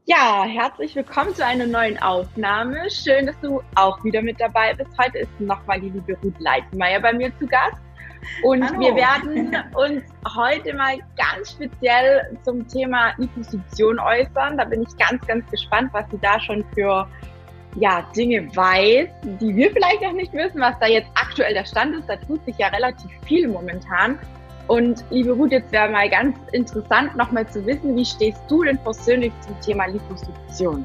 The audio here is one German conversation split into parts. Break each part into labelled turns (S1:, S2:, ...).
S1: Ja, herzlich willkommen zu einer neuen Aufnahme. Schön, dass du auch wieder mit dabei bist. Heute ist nochmal die liebe Ruth Leitmeier bei mir zu Gast. Und
S2: Hallo.
S1: Wir werden uns heute mal ganz speziell zum Thema Liposuktion äußern. Da bin ich ganz, ganz gespannt, was sie da schon für Dinge weiß, die wir vielleicht noch nicht wissen, was da jetzt aktuell der Stand ist. Da tut sich ja relativ viel momentan. Und liebe Ruth, jetzt wäre mal ganz interessant, nochmal zu wissen, wie stehst du denn persönlich zum Thema Liposuktion?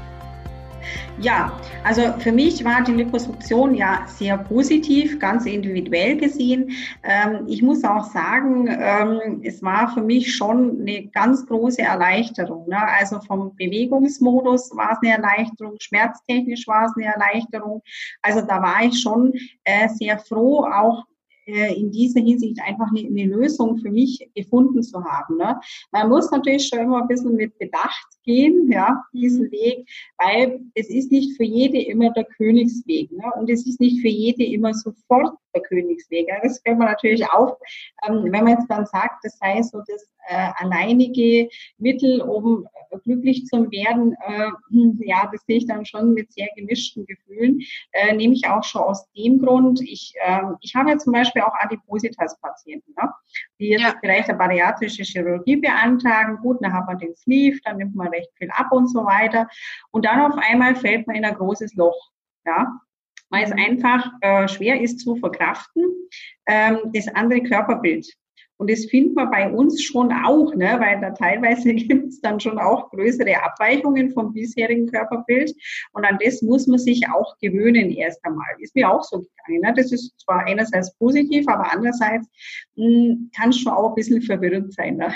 S2: Ja, also für mich war die Liposuktion ja sehr positiv, ganz individuell gesehen. Ich muss auch sagen, es war für mich schon eine ganz große Erleichterung. Ne? Also vom Bewegungsmodus war es eine Erleichterung, schmerztechnisch war es eine Erleichterung. Also da war ich schon sehr froh, auch in dieser Hinsicht einfach eine Lösung für mich gefunden zu haben. Ne? Man muss natürlich schon immer ein bisschen mit Bedacht gehen, ja, diesen Weg, weil es ist nicht für jede immer der Königsweg, ne? Und es ist nicht für jede immer sofort der Königsweg. Ja? Das fällt man natürlich auf, wenn man jetzt dann sagt, das sei so das alleinige Mittel, um glücklich zu werden, ja, das sehe ich dann schon mit sehr gemischten Gefühlen, nehme ich auch schon aus dem Grund. Ich habe ja zum Beispiel auch Adipositas-Patienten, ne? Die jetzt vielleicht eine bariatrische Chirurgie beantragen. Gut, dann hat man den Sleeve, dann nimmt man recht viel ab und so weiter. Und dann auf einmal fällt man in ein großes Loch, ja, weil es einfach schwer ist zu verkraften, das andere Körperbild. Und das findet man bei uns schon auch, ne, weil da teilweise gibt es dann schon auch größere Abweichungen vom bisherigen Körperbild. Und an das muss man sich auch gewöhnen erst einmal. Ist mir auch so gegangen. Ne? Das ist zwar einerseits positiv, aber andererseits kann es schon auch ein bisschen verwirrend sein. Ne?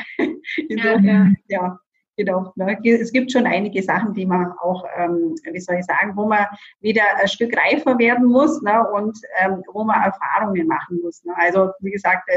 S2: Ja. Genau. Ne? Es gibt schon einige Sachen, die man auch, wie soll ich sagen, wo man wieder ein Stück reifer werden muss, ne? Und wo man Erfahrungen machen muss. Ne? Also wie gesagt,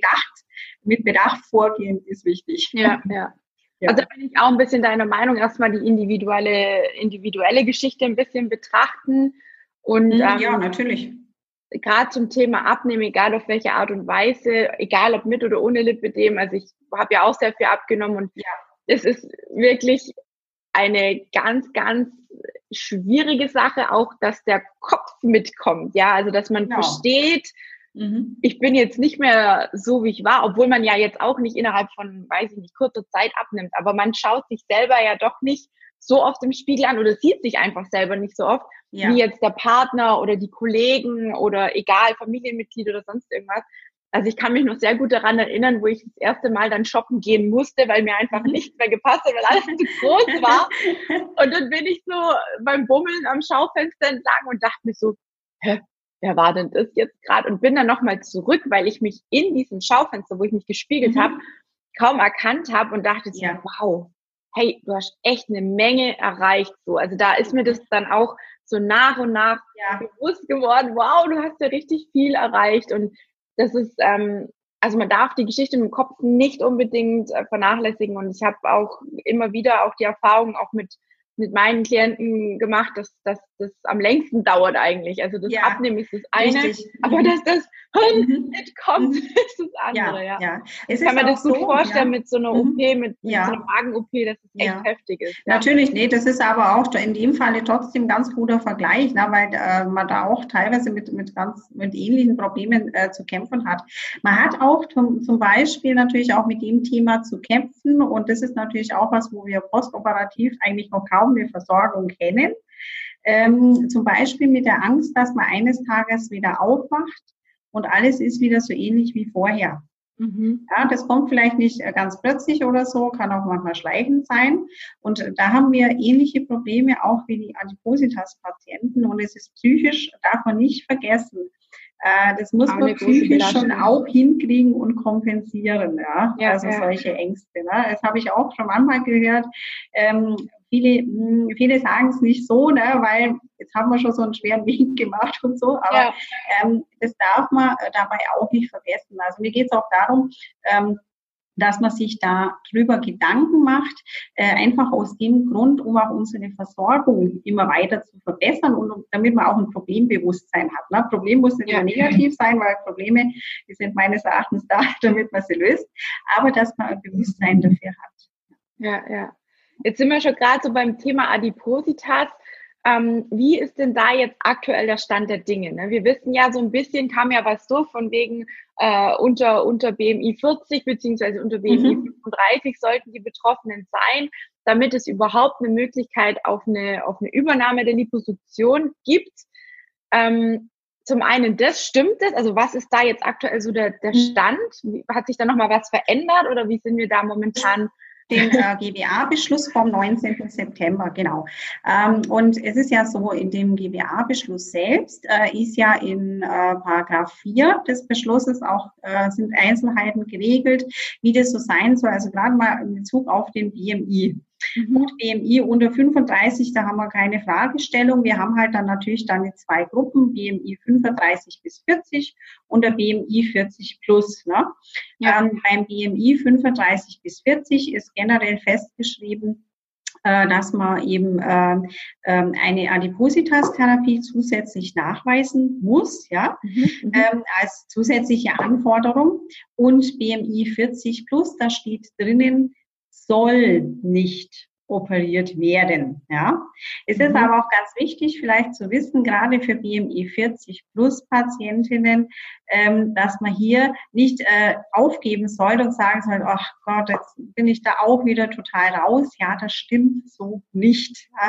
S2: mit Bedacht vorgehen ist wichtig.
S1: Ja. Also da bin ich auch ein bisschen deiner Meinung, erstmal die individuelle Geschichte ein bisschen betrachten. Und
S2: ja, natürlich.
S1: Gerade zum Thema Abnehmen, egal auf welche Art und Weise, egal ob mit oder ohne Lipödem, also ich habe ja auch sehr viel abgenommen und es ist wirklich eine ganz, ganz schwierige Sache, auch dass der Kopf mitkommt, ja, also dass man versteht, ich bin jetzt nicht mehr so, wie ich war, obwohl man ja jetzt auch nicht innerhalb von, weiß ich nicht, kurzer Zeit abnimmt, aber man schaut sich selber ja doch nicht so oft im Spiegel an oder sieht sich einfach selber nicht so oft, wie jetzt der Partner oder die Kollegen oder egal, Familienmitglied oder sonst irgendwas. Also ich kann mich noch sehr gut daran erinnern, wo ich das erste Mal dann shoppen gehen musste, weil mir einfach nichts mehr gepasst hat, weil alles zu groß war. Und dann bin ich so beim Bummeln am Schaufenster entlang und dachte mir so, wer war denn das jetzt gerade? Und bin dann nochmal zurück, weil ich mich in diesem Schaufenster, wo ich mich gespiegelt habe, kaum erkannt habe und dachte so, wow, hey, du hast echt eine Menge erreicht. So, also da ist mir das dann auch so nach und nach bewusst geworden, wow, du hast ja richtig viel erreicht. Und das ist, also man darf die Geschichte im Kopf nicht unbedingt vernachlässigen. Und ich habe auch immer wieder auch die Erfahrung auch mit meinen Klienten gemacht, dass das am längsten dauert eigentlich. Also das Abnehmen ist das eine, aber dass das mitkommt, ist das andere. Ja.
S2: Es
S1: kann man das gut vorstellen mit so einer OP, mit so einer
S2: Ja.
S1: Magen-OP, dass es echt heftig ist. Ja.
S2: Natürlich, nee, das ist aber auch in dem Falle trotzdem ganz guter Vergleich, ne, weil man da auch teilweise mit ähnlichen Problemen zu kämpfen hat. Man hat auch zum Beispiel natürlich auch mit dem Thema zu kämpfen und das ist natürlich auch was, wo wir postoperativ eigentlich noch kaum eine Versorgung kennen. Zum Beispiel mit der Angst, dass man eines Tages wieder aufwacht und alles ist wieder so ähnlich wie vorher. Ja, das kommt vielleicht nicht ganz plötzlich oder so, kann auch manchmal schleichend sein. Und da haben wir ähnliche Probleme auch wie die Adipositas-Patienten. Und es ist psychisch, darf man nicht vergessen. Das muss man psychisch schon auch hinkriegen und kompensieren. Also solche Ängste. Ne? Das habe ich auch schon manchmal gehört. Viele sagen es nicht so, ne, weil jetzt haben wir schon so einen schweren Weg gemacht und so, aber das darf man dabei auch nicht vergessen. Also mir geht es auch darum, dass man sich da drüber Gedanken macht, einfach aus dem Grund, um auch unsere Versorgung immer weiter zu verbessern und damit man auch ein Problembewusstsein hat. Ne? Problem muss nicht immer negativ sein, weil Probleme, die sind meines Erachtens da, damit man sie löst, aber dass man ein Bewusstsein dafür hat.
S1: Ja. Jetzt sind wir schon gerade so beim Thema Adipositas. Wie ist denn da jetzt aktuell der Stand der Dinge? Ne? Wir wissen ja so ein bisschen, kam ja was so von wegen unter BMI 40 beziehungsweise unter BMI 35 sollten die Betroffenen sein, damit es überhaupt eine Möglichkeit auf eine Übernahme der Liposuktion gibt. Zum einen, das stimmt es? Also was ist da jetzt aktuell so der Stand? Hat sich da nochmal was verändert oder wie sind wir da momentan?
S2: Den GBA-Beschluss vom 19. September, genau. Und es ist ja so, in dem GBA-Beschluss selbst ist ja in Paragraph 4 des Beschlusses auch sind Einzelheiten geregelt, wie das so sein soll. Also gerade mal in Bezug auf den BMI. Gut, BMI unter 35, da haben wir keine Fragestellung. Wir haben halt dann natürlich dann die zwei Gruppen, BMI 35 bis 40 und der BMI 40 plus. Ne? Ja. Beim BMI 35 bis 40 ist generell festgeschrieben, dass man eben eine Adipositas-Therapie zusätzlich nachweisen muss, ja, als zusätzliche Anforderung. Und BMI 40 plus, da steht drinnen, soll nicht operiert werden. Ja, es ist aber auch ganz wichtig, vielleicht zu wissen, gerade für BMI 40 plus Patientinnen, dass man hier nicht aufgeben soll und sagen soll, ach Gott, jetzt bin ich da auch wieder total raus. Ja, das stimmt so nicht. Ja.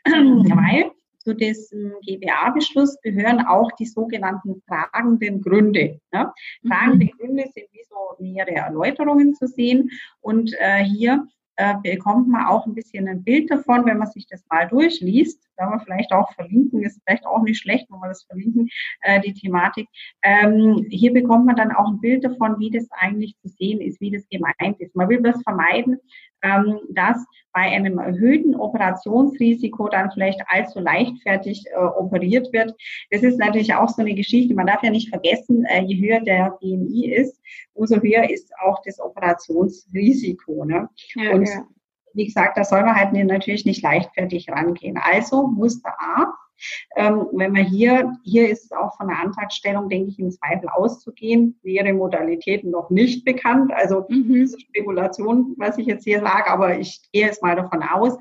S2: Weil zu diesem GBA-Beschluss gehören auch die sogenannten tragenden Gründe. Ne? Tragende Gründe sind wie so nähere Erläuterungen zu sehen. Und hier bekommt man auch ein bisschen ein Bild davon, wenn man sich das mal durchliest. Da wir vielleicht auch verlinken, ist vielleicht auch nicht schlecht, wenn wir das verlinken, die Thematik. Hier bekommt man dann auch ein Bild davon, wie das eigentlich zu sehen ist, wie das gemeint ist. Man will das vermeiden, dass bei einem erhöhten Operationsrisiko dann vielleicht allzu leichtfertig operiert wird. Das ist natürlich auch so eine Geschichte. Man darf ja nicht vergessen, je höher der BMI ist, umso höher ist auch das Operationsrisiko. Ne? Ja, und wie gesagt, da soll man halt natürlich nicht leichtfertig rangehen. Also Muster A. Wenn man hier ist es auch von der Antragstellung, denke ich, im Zweifel auszugehen, wäre Modalitäten noch nicht bekannt. Also das ist Spekulation, was ich jetzt hier sage, aber ich gehe jetzt mal davon aus.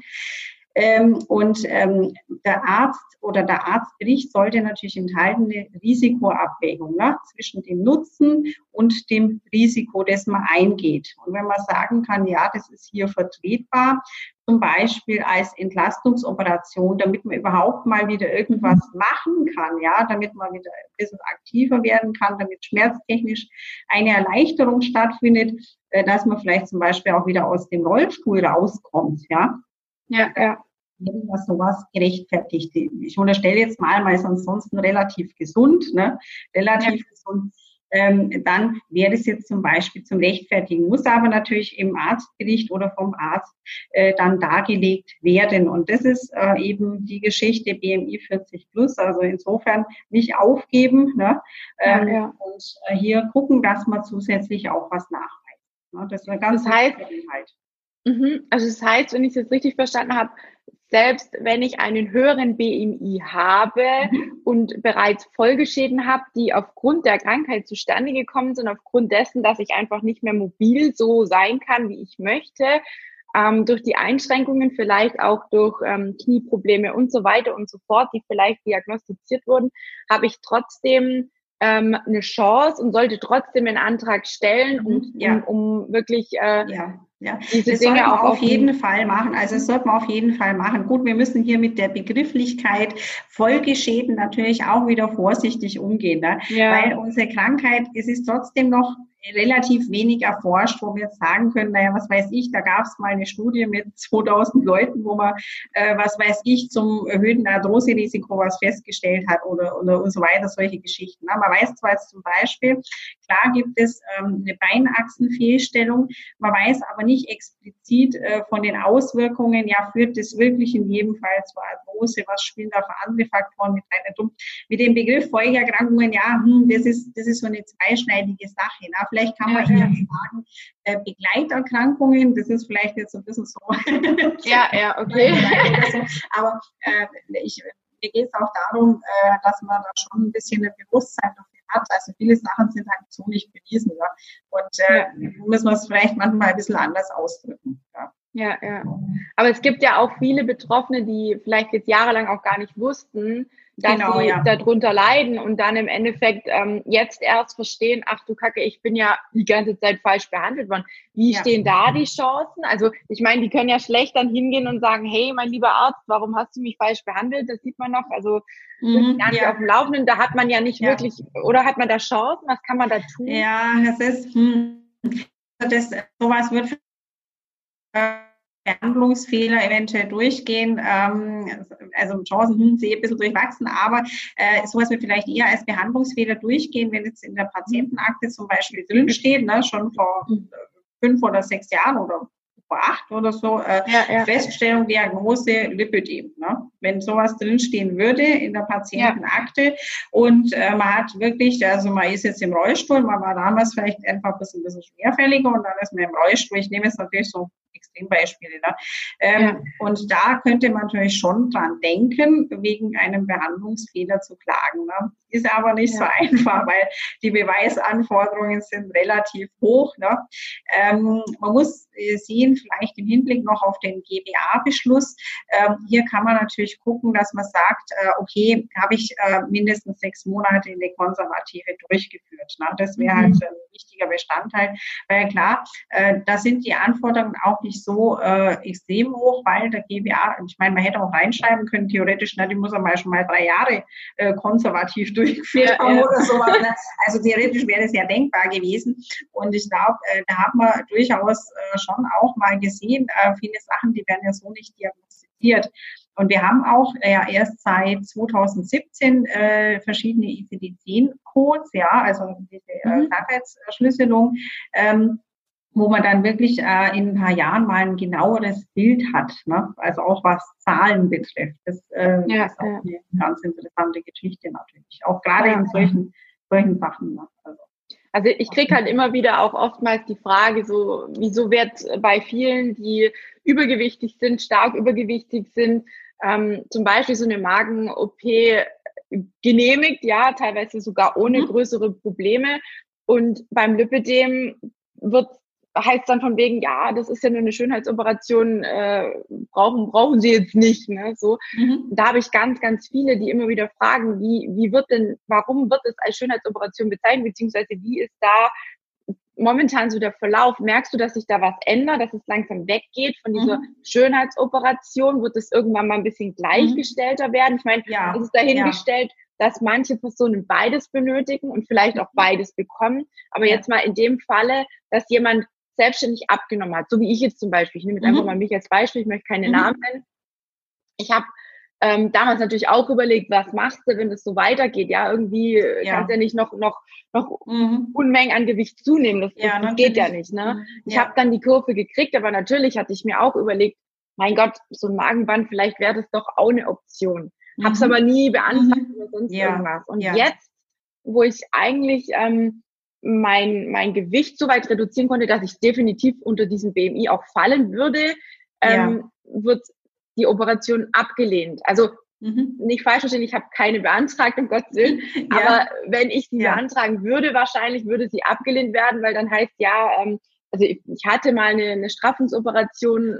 S2: Der Arzt oder der Arztbericht sollte natürlich enthalten eine Risikoabwägung, ne, zwischen dem Nutzen und dem Risiko, das man eingeht. Und wenn man sagen kann, ja, das ist hier vertretbar, zum Beispiel als Entlastungsoperation, damit man überhaupt mal wieder irgendwas machen kann, ja, damit man wieder ein bisschen aktiver werden kann, damit schmerztechnisch eine Erleichterung stattfindet, dass man vielleicht zum Beispiel auch wieder aus dem Rollstuhl rauskommt, ja. Ja. Was sowas gerechtfertigt. Ich unterstelle jetzt mal, man ist ansonsten relativ gesund, ne? Gesund. Dann wäre es jetzt zum Beispiel zum Rechtfertigen, muss aber natürlich im Arztbericht oder vom Arzt dann dargelegt werden. Und das ist eben die Geschichte BMI 40 plus. Also insofern nicht aufgeben, ne? Und hier gucken, dass man zusätzlich auch was nachweist. Ne? Das ist eine ganz wichtige Inhalt.
S1: Also das heißt, wenn ich es jetzt richtig verstanden habe, selbst wenn ich einen höheren BMI habe und bereits Folgeschäden habe, die aufgrund der Krankheit zustande gekommen sind, aufgrund dessen, dass ich einfach nicht mehr mobil so sein kann, wie ich möchte, durch die Einschränkungen, vielleicht auch durch Knieprobleme und so weiter und so fort, die vielleicht diagnostiziert wurden, habe ich trotzdem eine Chance und sollte trotzdem einen Antrag stellen, um wirklich diese
S2: das
S1: Dinge auch
S2: auf jeden Fall machen. Also das sollte man auf jeden Fall machen. Gut, wir müssen hier mit der Begrifflichkeit Folgeschäden natürlich auch wieder vorsichtig umgehen, ne? Weil unsere Krankheit, es ist trotzdem noch relativ wenig erforscht, wo wir jetzt sagen können, naja, was weiß ich, da gab es mal eine Studie mit 2000 Leuten, wo man, was weiß ich, zum erhöhten Arthroserisiko was festgestellt hat oder und so weiter, solche Geschichten. Man weiß zwar jetzt zum Beispiel, klar gibt es eine Beinachsenfehlstellung, man weiß aber nicht explizit von den Auswirkungen, ja, führt das wirklich in jedem Fall zur Arthrose, was spielen da für andere Faktoren mit rein? Mit dem Begriff Folgeerkrankungen, das ist so eine zweischneidige Sache. Ne? Vielleicht kann man eher sagen, Begleiterkrankungen, das ist vielleicht jetzt so ein bisschen so.
S1: Okay.
S2: Aber mir geht es auch darum, dass man da schon ein bisschen ein Bewusstsein dafür hat. Also viele Sachen sind halt so nicht bewiesen. Ja? Und müssen wir es vielleicht manchmal ein bisschen anders ausdrücken.
S1: Ja, ja. Aber es gibt ja auch viele Betroffene, die vielleicht jetzt jahrelang auch gar nicht wussten, dass
S2: Genau,
S1: sie
S2: ja.
S1: darunter leiden und dann im Endeffekt jetzt erst verstehen, ach du Kacke, ich bin ja die ganze Zeit falsch behandelt worden. Wie
S2: Ja.
S1: stehen da die Chancen? Also ich meine, die können ja schlecht dann hingehen und sagen, hey, mein lieber Arzt, warum hast du mich falsch behandelt? Das sieht man noch. Also sind gar nicht
S2: Ja.
S1: auf dem Laufenden. Da hat man ja nicht wirklich, oder hat man da Chancen? Was kann man da tun?
S2: Ja, sowas wird Behandlungsfehler eventuell durchgehen, also Chancen sehe ein bisschen durchwachsen, aber sowas wird vielleicht eher als Behandlungsfehler durchgehen, wenn jetzt in der Patientenakte zum Beispiel drinsteht, ne, schon vor 5 oder 6 Jahren oder vor 8 oder so, Feststellung, Diagnose, Lipödem. Ne? Wenn sowas drinstehen würde in der Patientenakte und man hat wirklich, also man ist jetzt im Rollstuhl, man war damals vielleicht einfach ein bisschen schwerfälliger und dann ist man im Rollstuhl. Ich nehme jetzt natürlich so Extrembeispiele. Ne? Und da könnte man natürlich schon dran denken, wegen einem Behandlungsfehler zu klagen. Ne? Ist aber nicht so einfach, weil die Beweisanforderungen sind relativ hoch. Ne? Man muss sehen, vielleicht im Hinblick noch auf den GBA-Beschluss. Hier kann man natürlich gucken, dass man sagt, okay, habe ich mindestens 6 Monate in der Konservative durchgeführt. Ne? Das wäre halt ein wichtiger Bestandteil, weil klar, da sind die Anforderungen auch nicht so extrem hoch, weil der GBA, ich meine, man hätte auch reinschreiben können, theoretisch, ne, die muss er mal schon mal 3 Jahre konservativ durchgeführt haben oder sowas. Ne? Also theoretisch wäre das ja denkbar gewesen. Und ich glaube, da hat man durchaus schon auch mal gesehen, viele Sachen, die werden ja so nicht diagnostiziert. Und wir haben auch erst seit 2017 verschiedene ICD-10-Codes, also diese Krankheitsschlüsselung, wo man dann wirklich in ein paar Jahren mal ein genaueres Bild hat, ne? Also auch was Zahlen betrifft. Das ist auch eine ganz interessante Geschichte natürlich, auch gerade in solchen Sachen. Ne?
S1: Also ich kriege halt immer wieder auch oftmals die Frage, so wieso wird bei vielen, die übergewichtig sind, stark übergewichtig sind, zum Beispiel so eine Magen-OP genehmigt, teilweise sogar ohne größere Probleme. Und beim Lipödem heißt dann von wegen, das ist ja nur eine Schönheitsoperation, brauchen Sie jetzt nicht, ne, so. Da habe ich ganz, ganz viele, die immer wieder fragen, warum wird es als Schönheitsoperation bezeichnet, beziehungsweise wie ist da momentan so der Verlauf? Merkst du, dass sich da was ändert, dass es langsam weggeht von dieser Schönheitsoperation? Wird es irgendwann mal ein bisschen gleichgestellter werden? Ich meine, es ist dahingestellt, dass manche Personen beides benötigen und vielleicht auch beides bekommen. Aber jetzt mal in dem Falle, dass jemand selbstständig abgenommen hat, so wie ich jetzt zum Beispiel. Ich nehme jetzt einfach mal mich als Beispiel, ich möchte keine Namen nennen. Ich habe damals natürlich auch überlegt, was machst du, wenn es so weitergeht? Irgendwie kannst du ja nicht noch Unmengen an Gewicht zunehmen. Das geht ja nicht. Ne? Ich habe dann die Kurve gekriegt, aber natürlich hatte ich mir auch überlegt, mein Gott, so ein Magenband, vielleicht wäre das doch auch eine Option. Hab's aber nie beantragt oder sonst irgendwas. Und jetzt, wo ich eigentlich mein Gewicht so weit reduzieren konnte, dass ich definitiv unter diesem BMI auch fallen würde, wird die Operation abgelehnt. Also nicht falsch verstehen, ich habe keine beantragt, um Gottes Willen. Aber wenn ich die beantragen würde, wahrscheinlich würde sie abgelehnt werden, weil dann heißt also ich hatte mal eine Straffungsoperation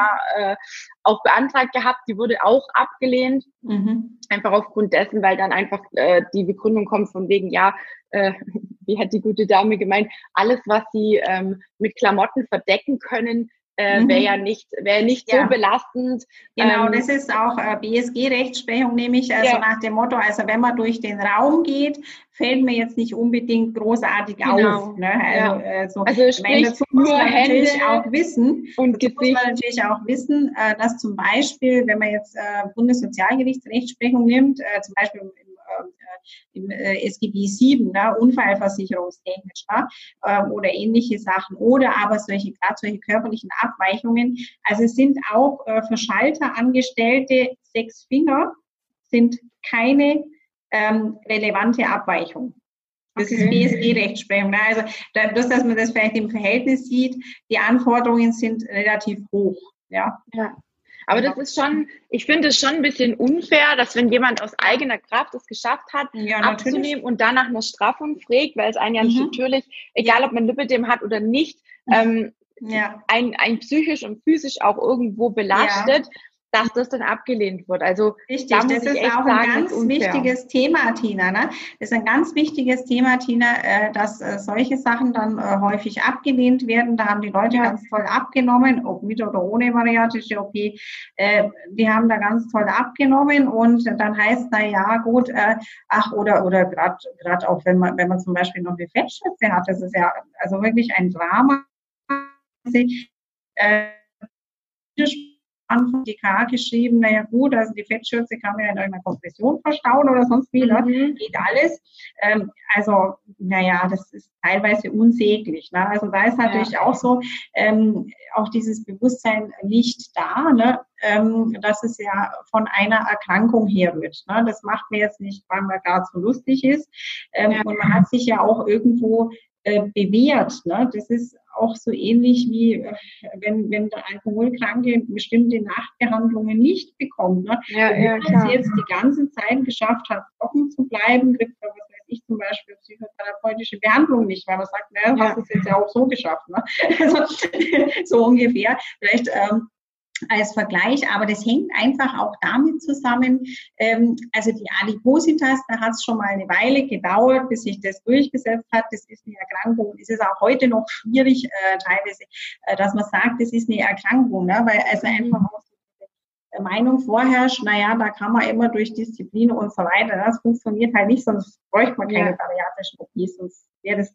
S1: auch beantragt gehabt, die wurde auch abgelehnt. Einfach aufgrund dessen, weil dann einfach die Begründung kommt von wegen, wie hat die gute Dame gemeint, alles, was sie mit Klamotten verdecken können, wäre nicht so belastend.
S2: Genau, das ist auch BSG-Rechtsprechung, nämlich nach dem Motto, also wenn man durch den Raum geht, fällt mir jetzt nicht unbedingt großartig auf. Ne?
S1: Also sprich,
S2: dazu muss
S1: nur
S2: man
S1: Hände
S2: natürlich auch wissen,
S1: und Gesicht.
S2: Muss man natürlich auch wissen, dass zum Beispiel, wenn man jetzt Bundessozialgerichtsrechtsprechung nimmt, zum Beispiel im SGB 7, ne, unfallversicherungstechnisch, oder ähnliche Sachen, oder aber gerade solche körperlichen Abweichungen. Also es sind auch für Schalterangestellte 6 Finger sind keine relevante Abweichung. Das ist BSG-Rechtsprechung. Also bloß, dass man das vielleicht im Verhältnis sieht, die Anforderungen sind relativ hoch. Ja.
S1: Aber das ist schon, ich finde es schon ein bisschen unfair, dass wenn jemand aus eigener Kraft es geschafft hat, abzunehmen und danach eine Straffung fragt, weil es einen ja natürlich, egal ob man Lipödem hat oder nicht, ein psychisch und physisch auch irgendwo belastet, dass das dann abgelehnt wird. Also
S2: richtig, da muss das ist auch ein ganz wichtiges Thema, Tina. Ne? Das ist ein ganz wichtiges Thema, Tina, dass solche Sachen dann häufig abgelehnt werden. Da haben die Leute ganz toll abgenommen, ob mit oder ohne bariatrische OP. Die haben da ganz toll abgenommen und dann heißt, na ja, gut, oder gerade auch, wenn man zum Beispiel noch eine Fettschürze hat, das ist ja also wirklich ein Drama. Anfang DK geschrieben, naja gut, also die Fettschürze kann man ja in irgendeiner Kompression verstauen oder sonst wie, ne? Geht alles. Also, naja, das ist teilweise unsäglich. Ne? Also da ist natürlich auch so, auch dieses Bewusstsein nicht da, ne? Dass es ja von einer Erkrankung herrührt. Ne? Das macht mir jetzt nicht, weil man gerade so lustig ist. Und man hat sich ja auch irgendwo bewährt. Ne? Das ist auch so ähnlich wie wenn der Alkoholkranke bestimmte Nachbehandlungen nicht bekommt. Ne? Wenn man es jetzt die ganze Zeit geschafft hat, trocken zu bleiben, kriegt man, was weiß ich, zum Beispiel psychotherapeutische Behandlung nicht, weil man sagt, naja, hast du es jetzt ja auch so geschafft. Ne? Also, so ungefähr. Vielleicht als Vergleich, aber das hängt einfach auch damit zusammen, also die Adipositas, da hat es schon mal eine Weile gedauert, bis sich das durchgesetzt hat. Das ist eine Erkrankung. Es ist auch heute noch schwierig teilweise, dass man sagt, das ist eine Erkrankung, ne? Weil also einfach aus der Meinung vorherrscht, naja, da kann man immer durch Disziplin und so weiter. Das funktioniert halt nicht, sonst bräuchte man keine bariatrischen OPs, sonst wäre das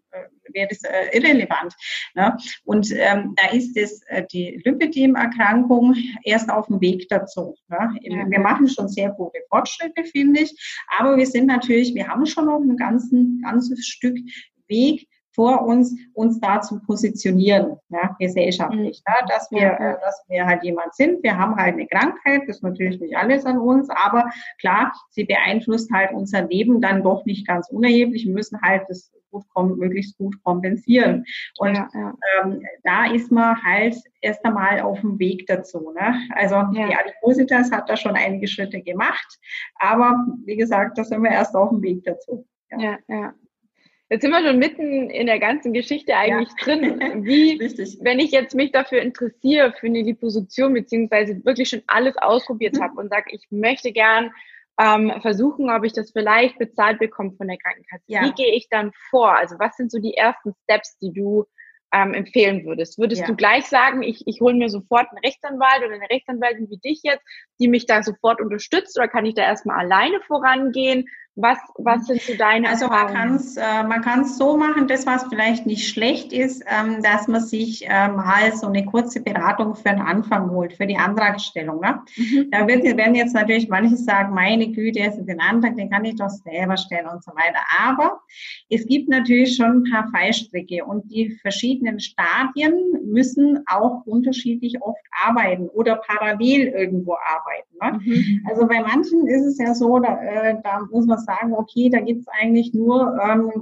S2: irrelevant. Ne? Und da ist die Lymphödem-Erkrankung erst auf dem Weg dazu. Ne? Wir machen schon sehr gute Fortschritte, finde ich, aber wir haben schon noch ein ganzes Stück Weg vor uns da zu positionieren, gesellschaftlich, dass wir halt jemand sind. Wir haben halt eine Krankheit, das ist natürlich nicht alles an uns, aber klar, sie beeinflusst halt unser Leben dann doch nicht ganz unerheblich. Wir müssen halt das möglichst gut kompensieren. Und da ist man halt erst einmal auf dem Weg dazu. Ne? Also die Adipositas hat da schon einige Schritte gemacht, aber wie gesagt, da sind wir erst auf dem Weg dazu.
S1: Jetzt sind wir schon mitten in der ganzen Geschichte eigentlich drin. Wie, wenn ich jetzt mich dafür interessiere, für eine Liposuktion, beziehungsweise wirklich schon alles ausprobiert habe und sage, ich möchte gern versuchen, ob ich das vielleicht bezahlt bekomme von der Krankenkasse. Wie gehe ich dann vor? Also was sind so die ersten Steps, die du empfehlen würdest? Würdest du gleich sagen, ich hole mir sofort einen Rechtsanwalt oder eine Rechtsanwältin wie dich jetzt, die mich da sofort unterstützt, oder kann ich da erstmal alleine vorangehen? Was sind so deine Erfahrungen?
S2: Man kann es so machen, das, was vielleicht nicht schlecht ist, dass man sich mal so eine kurze Beratung für den Anfang holt, für die Antragstellung. Ne? Da werden jetzt natürlich manche sagen, meine Güte, also den Antrag, den kann ich doch selber stellen und so weiter. Aber es gibt natürlich schon ein paar Fallstricke und die verschiedenen Stadien müssen auch unterschiedlich oft arbeiten oder parallel irgendwo arbeiten. Ne? Also bei manchen ist es ja so, da muss man sagen, okay, da gibt es eigentlich nur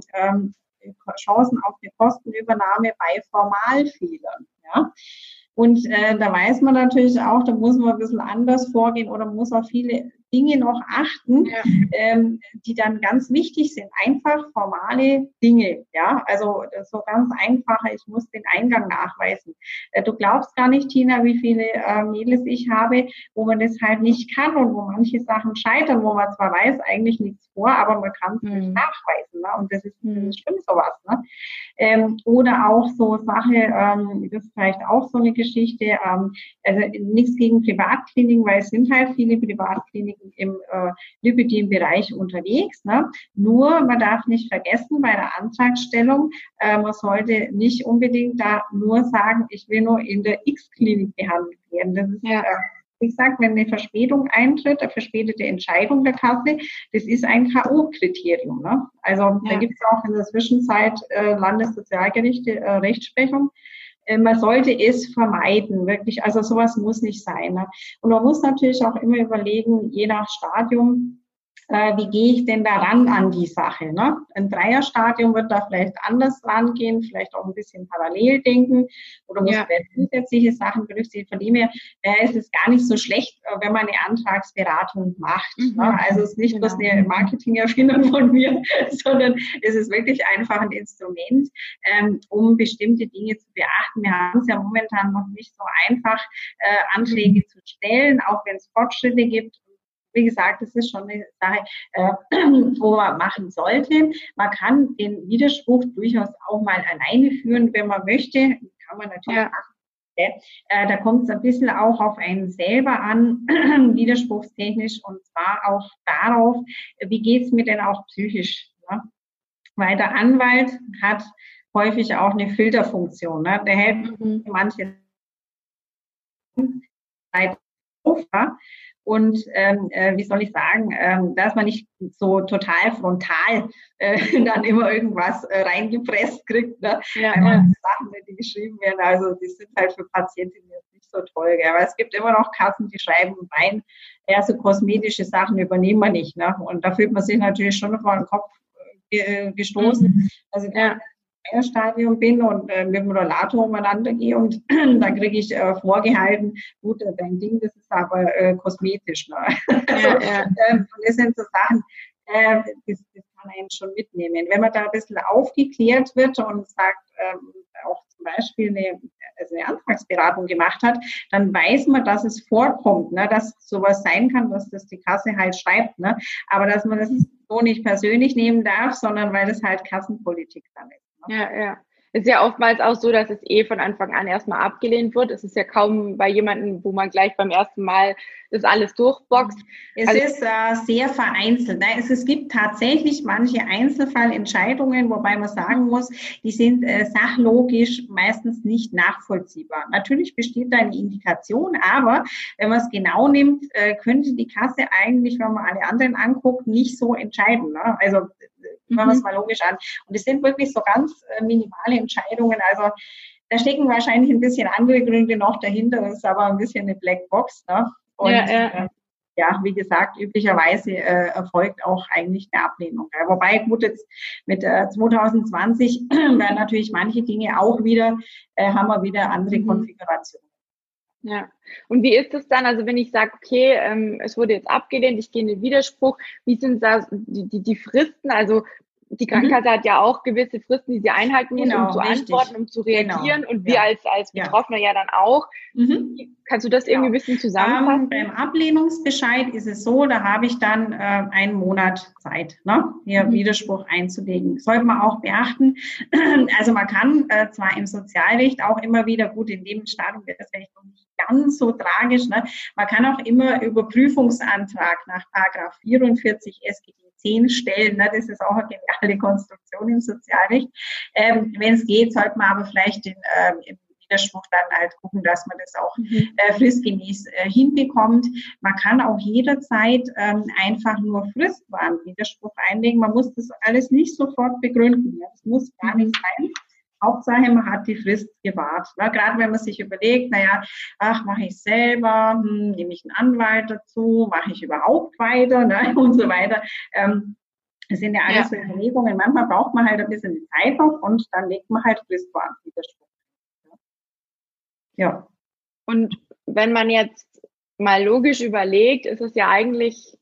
S2: Chancen auf eine Kostenübernahme bei Formalfehlern. Ja? Und da weiß man natürlich auch, da muss man ein bisschen anders vorgehen oder muss auf viele Dinge noch achten, die dann ganz wichtig sind. Einfach formale Dinge, ja, also so ganz einfache, ich muss den Eingang nachweisen. Du glaubst gar nicht, Tina, wie viele Mädels ich habe, wo man das halt nicht kann und wo manche Sachen scheitern, wo man zwar weiß, eigentlich nichts vor, aber man kann es nicht nachweisen. Ne? Und das ist stimmt sowas. Ne? Oder auch so Sache, das ist vielleicht auch so eine Geschichte, also nichts gegen Privatkliniken, weil es sind halt viele Privatkliniken im Lipidem-Bereich unterwegs. Ne? Nur, man darf nicht vergessen, bei der Antragstellung, man sollte nicht unbedingt da nur sagen, ich will nur in der X-Klinik behandelt werden. Das ist, wie gesagt, wenn eine Verspätung eintritt, eine verspätete Entscheidung der Kasse, das ist ein K.O.-Kriterium. Ne? Also da gibt es auch in der Zwischenzeit Landessozialgerichte Rechtsprechung. Man sollte es vermeiden, wirklich. Also sowas muss nicht sein. Ne? Und man muss natürlich auch immer überlegen, je nach Stadium, wie gehe ich denn da ran an die Sache? Ne? Ein Dreierstadium wird da vielleicht anders rangehen, vielleicht auch ein bisschen parallel denken oder muss vielleicht zusätzliche Sachen berücksichtigen. Von dem her ist es gar nicht so schlecht, wenn man eine Antragsberatung macht. Ne? Also es ist nicht bloß eine Marketingerfindung von mir, sondern es ist wirklich einfach ein Instrument, um bestimmte Dinge zu beachten. Wir haben es ja momentan noch nicht so einfach, Anträge zu stellen, auch wenn es Fortschritte gibt. Wie gesagt, das ist schon eine Sache, wo man machen sollte. Man kann den Widerspruch durchaus auch mal alleine führen, wenn man möchte. Kann man natürlich machen. Da kommt es ein bisschen auch auf einen selber an, widerspruchstechnisch, und zwar auch darauf, wie geht es mir denn auch psychisch. Ne? Weil der Anwalt hat häufig auch eine Filterfunktion. Ne? Der hält manche Zeit auf. Und wie soll ich sagen, dass man nicht so total frontal dann immer irgendwas reingepresst kriegt, ne? Weil Sachen, die geschrieben werden, also die sind halt für Patientinnen jetzt nicht so toll. Gell? Aber es gibt immer noch Kassen, die schreiben rein, so kosmetische Sachen übernehmen wir nicht. Ne? Und da fühlt man sich natürlich schon vor den Kopf gestoßen. Also Stadium bin und mit dem Rollator umeinander gehe und dann kriege ich vorgehalten, gut, dein Ding, das ist aber kosmetisch. Ne? Das sind so Sachen, das kann einen schon mitnehmen. Wenn man da ein bisschen aufgeklärt wird und sagt, auch zum Beispiel eine Antragsberatung gemacht hat, dann weiß man, dass es vorkommt, ne? Dass sowas sein kann, dass das die Kasse halt schreibt. Ne? Aber dass man das so nicht persönlich nehmen darf, sondern weil das halt Kassenpolitik dann ist.
S1: Ja. Es ist ja oftmals auch so, dass es von Anfang an erstmal abgelehnt wird. Es ist ja kaum bei jemandem, wo man gleich beim ersten Mal das alles durchboxt.
S2: Es ist sehr vereinzelt. Ne? Es gibt tatsächlich manche Einzelfallentscheidungen, wobei man sagen muss, die sind sachlogisch meistens nicht nachvollziehbar. Natürlich besteht da eine Indikation, aber wenn man es genau nimmt, könnte die Kasse eigentlich, wenn man alle anderen anguckt, nicht so entscheiden. Ne? Also wenn man es mal logisch an. Und es sind wirklich so ganz minimale Entscheidungen. Also da stecken wahrscheinlich ein bisschen andere Gründe noch dahinter. Das ist aber ein bisschen eine Blackbox. Ne? Und wie gesagt, üblicherweise erfolgt auch eigentlich eine Ablehnung. Ja. Wobei, gut, jetzt mit 2020 werden natürlich manche Dinge auch wieder, haben wir wieder andere Konfigurationen.
S1: Ja, und wie ist es dann, also wenn ich sage, okay, es wurde jetzt abgelehnt, ich gehe in den Widerspruch, wie sind da die Fristen? Also die Krankenkasse hat ja auch gewisse Fristen, die sie einhalten muss, um zu antworten, um zu reagieren, und wir als Betroffener ja dann auch. Kannst du das irgendwie ein bisschen zusammenfassen?
S2: Beim Ablehnungsbescheid ist es so, da habe ich dann einen Monat Zeit, ne, hier Widerspruch einzulegen. Sollte man auch beachten. Also man kann zwar im Sozialrecht auch immer wieder, gut, in dem Stadium wird das vielleicht noch nicht ganz so tragisch, ne, man kann auch immer Überprüfungsantrag nach Paragraph 44 SGB 10 stellen. Ne? Das ist auch eine geniale Konstruktion im Sozialrecht. Wenn es geht, sollte man aber vielleicht im Widerspruch dann halt gucken, dass man das auch fristgemäß hinbekommt. Man kann auch jederzeit einfach nur fristwahren Widerspruch einlegen. Man muss das alles nicht sofort begründen. Ja? Das muss gar nicht sein. Hauptsache, man hat die Frist gewahrt. Ne? Gerade wenn man sich überlegt, mache ich selber, nehme ich einen Anwalt dazu, mache ich überhaupt weiter, ne? Und so weiter. Das sind ja alles so Überlegungen. Manchmal braucht man halt ein bisschen Zeit noch und dann legt man halt fristwahren Widerspruch. Ja.
S1: Und wenn man jetzt mal logisch überlegt, ist es ja eigentlich,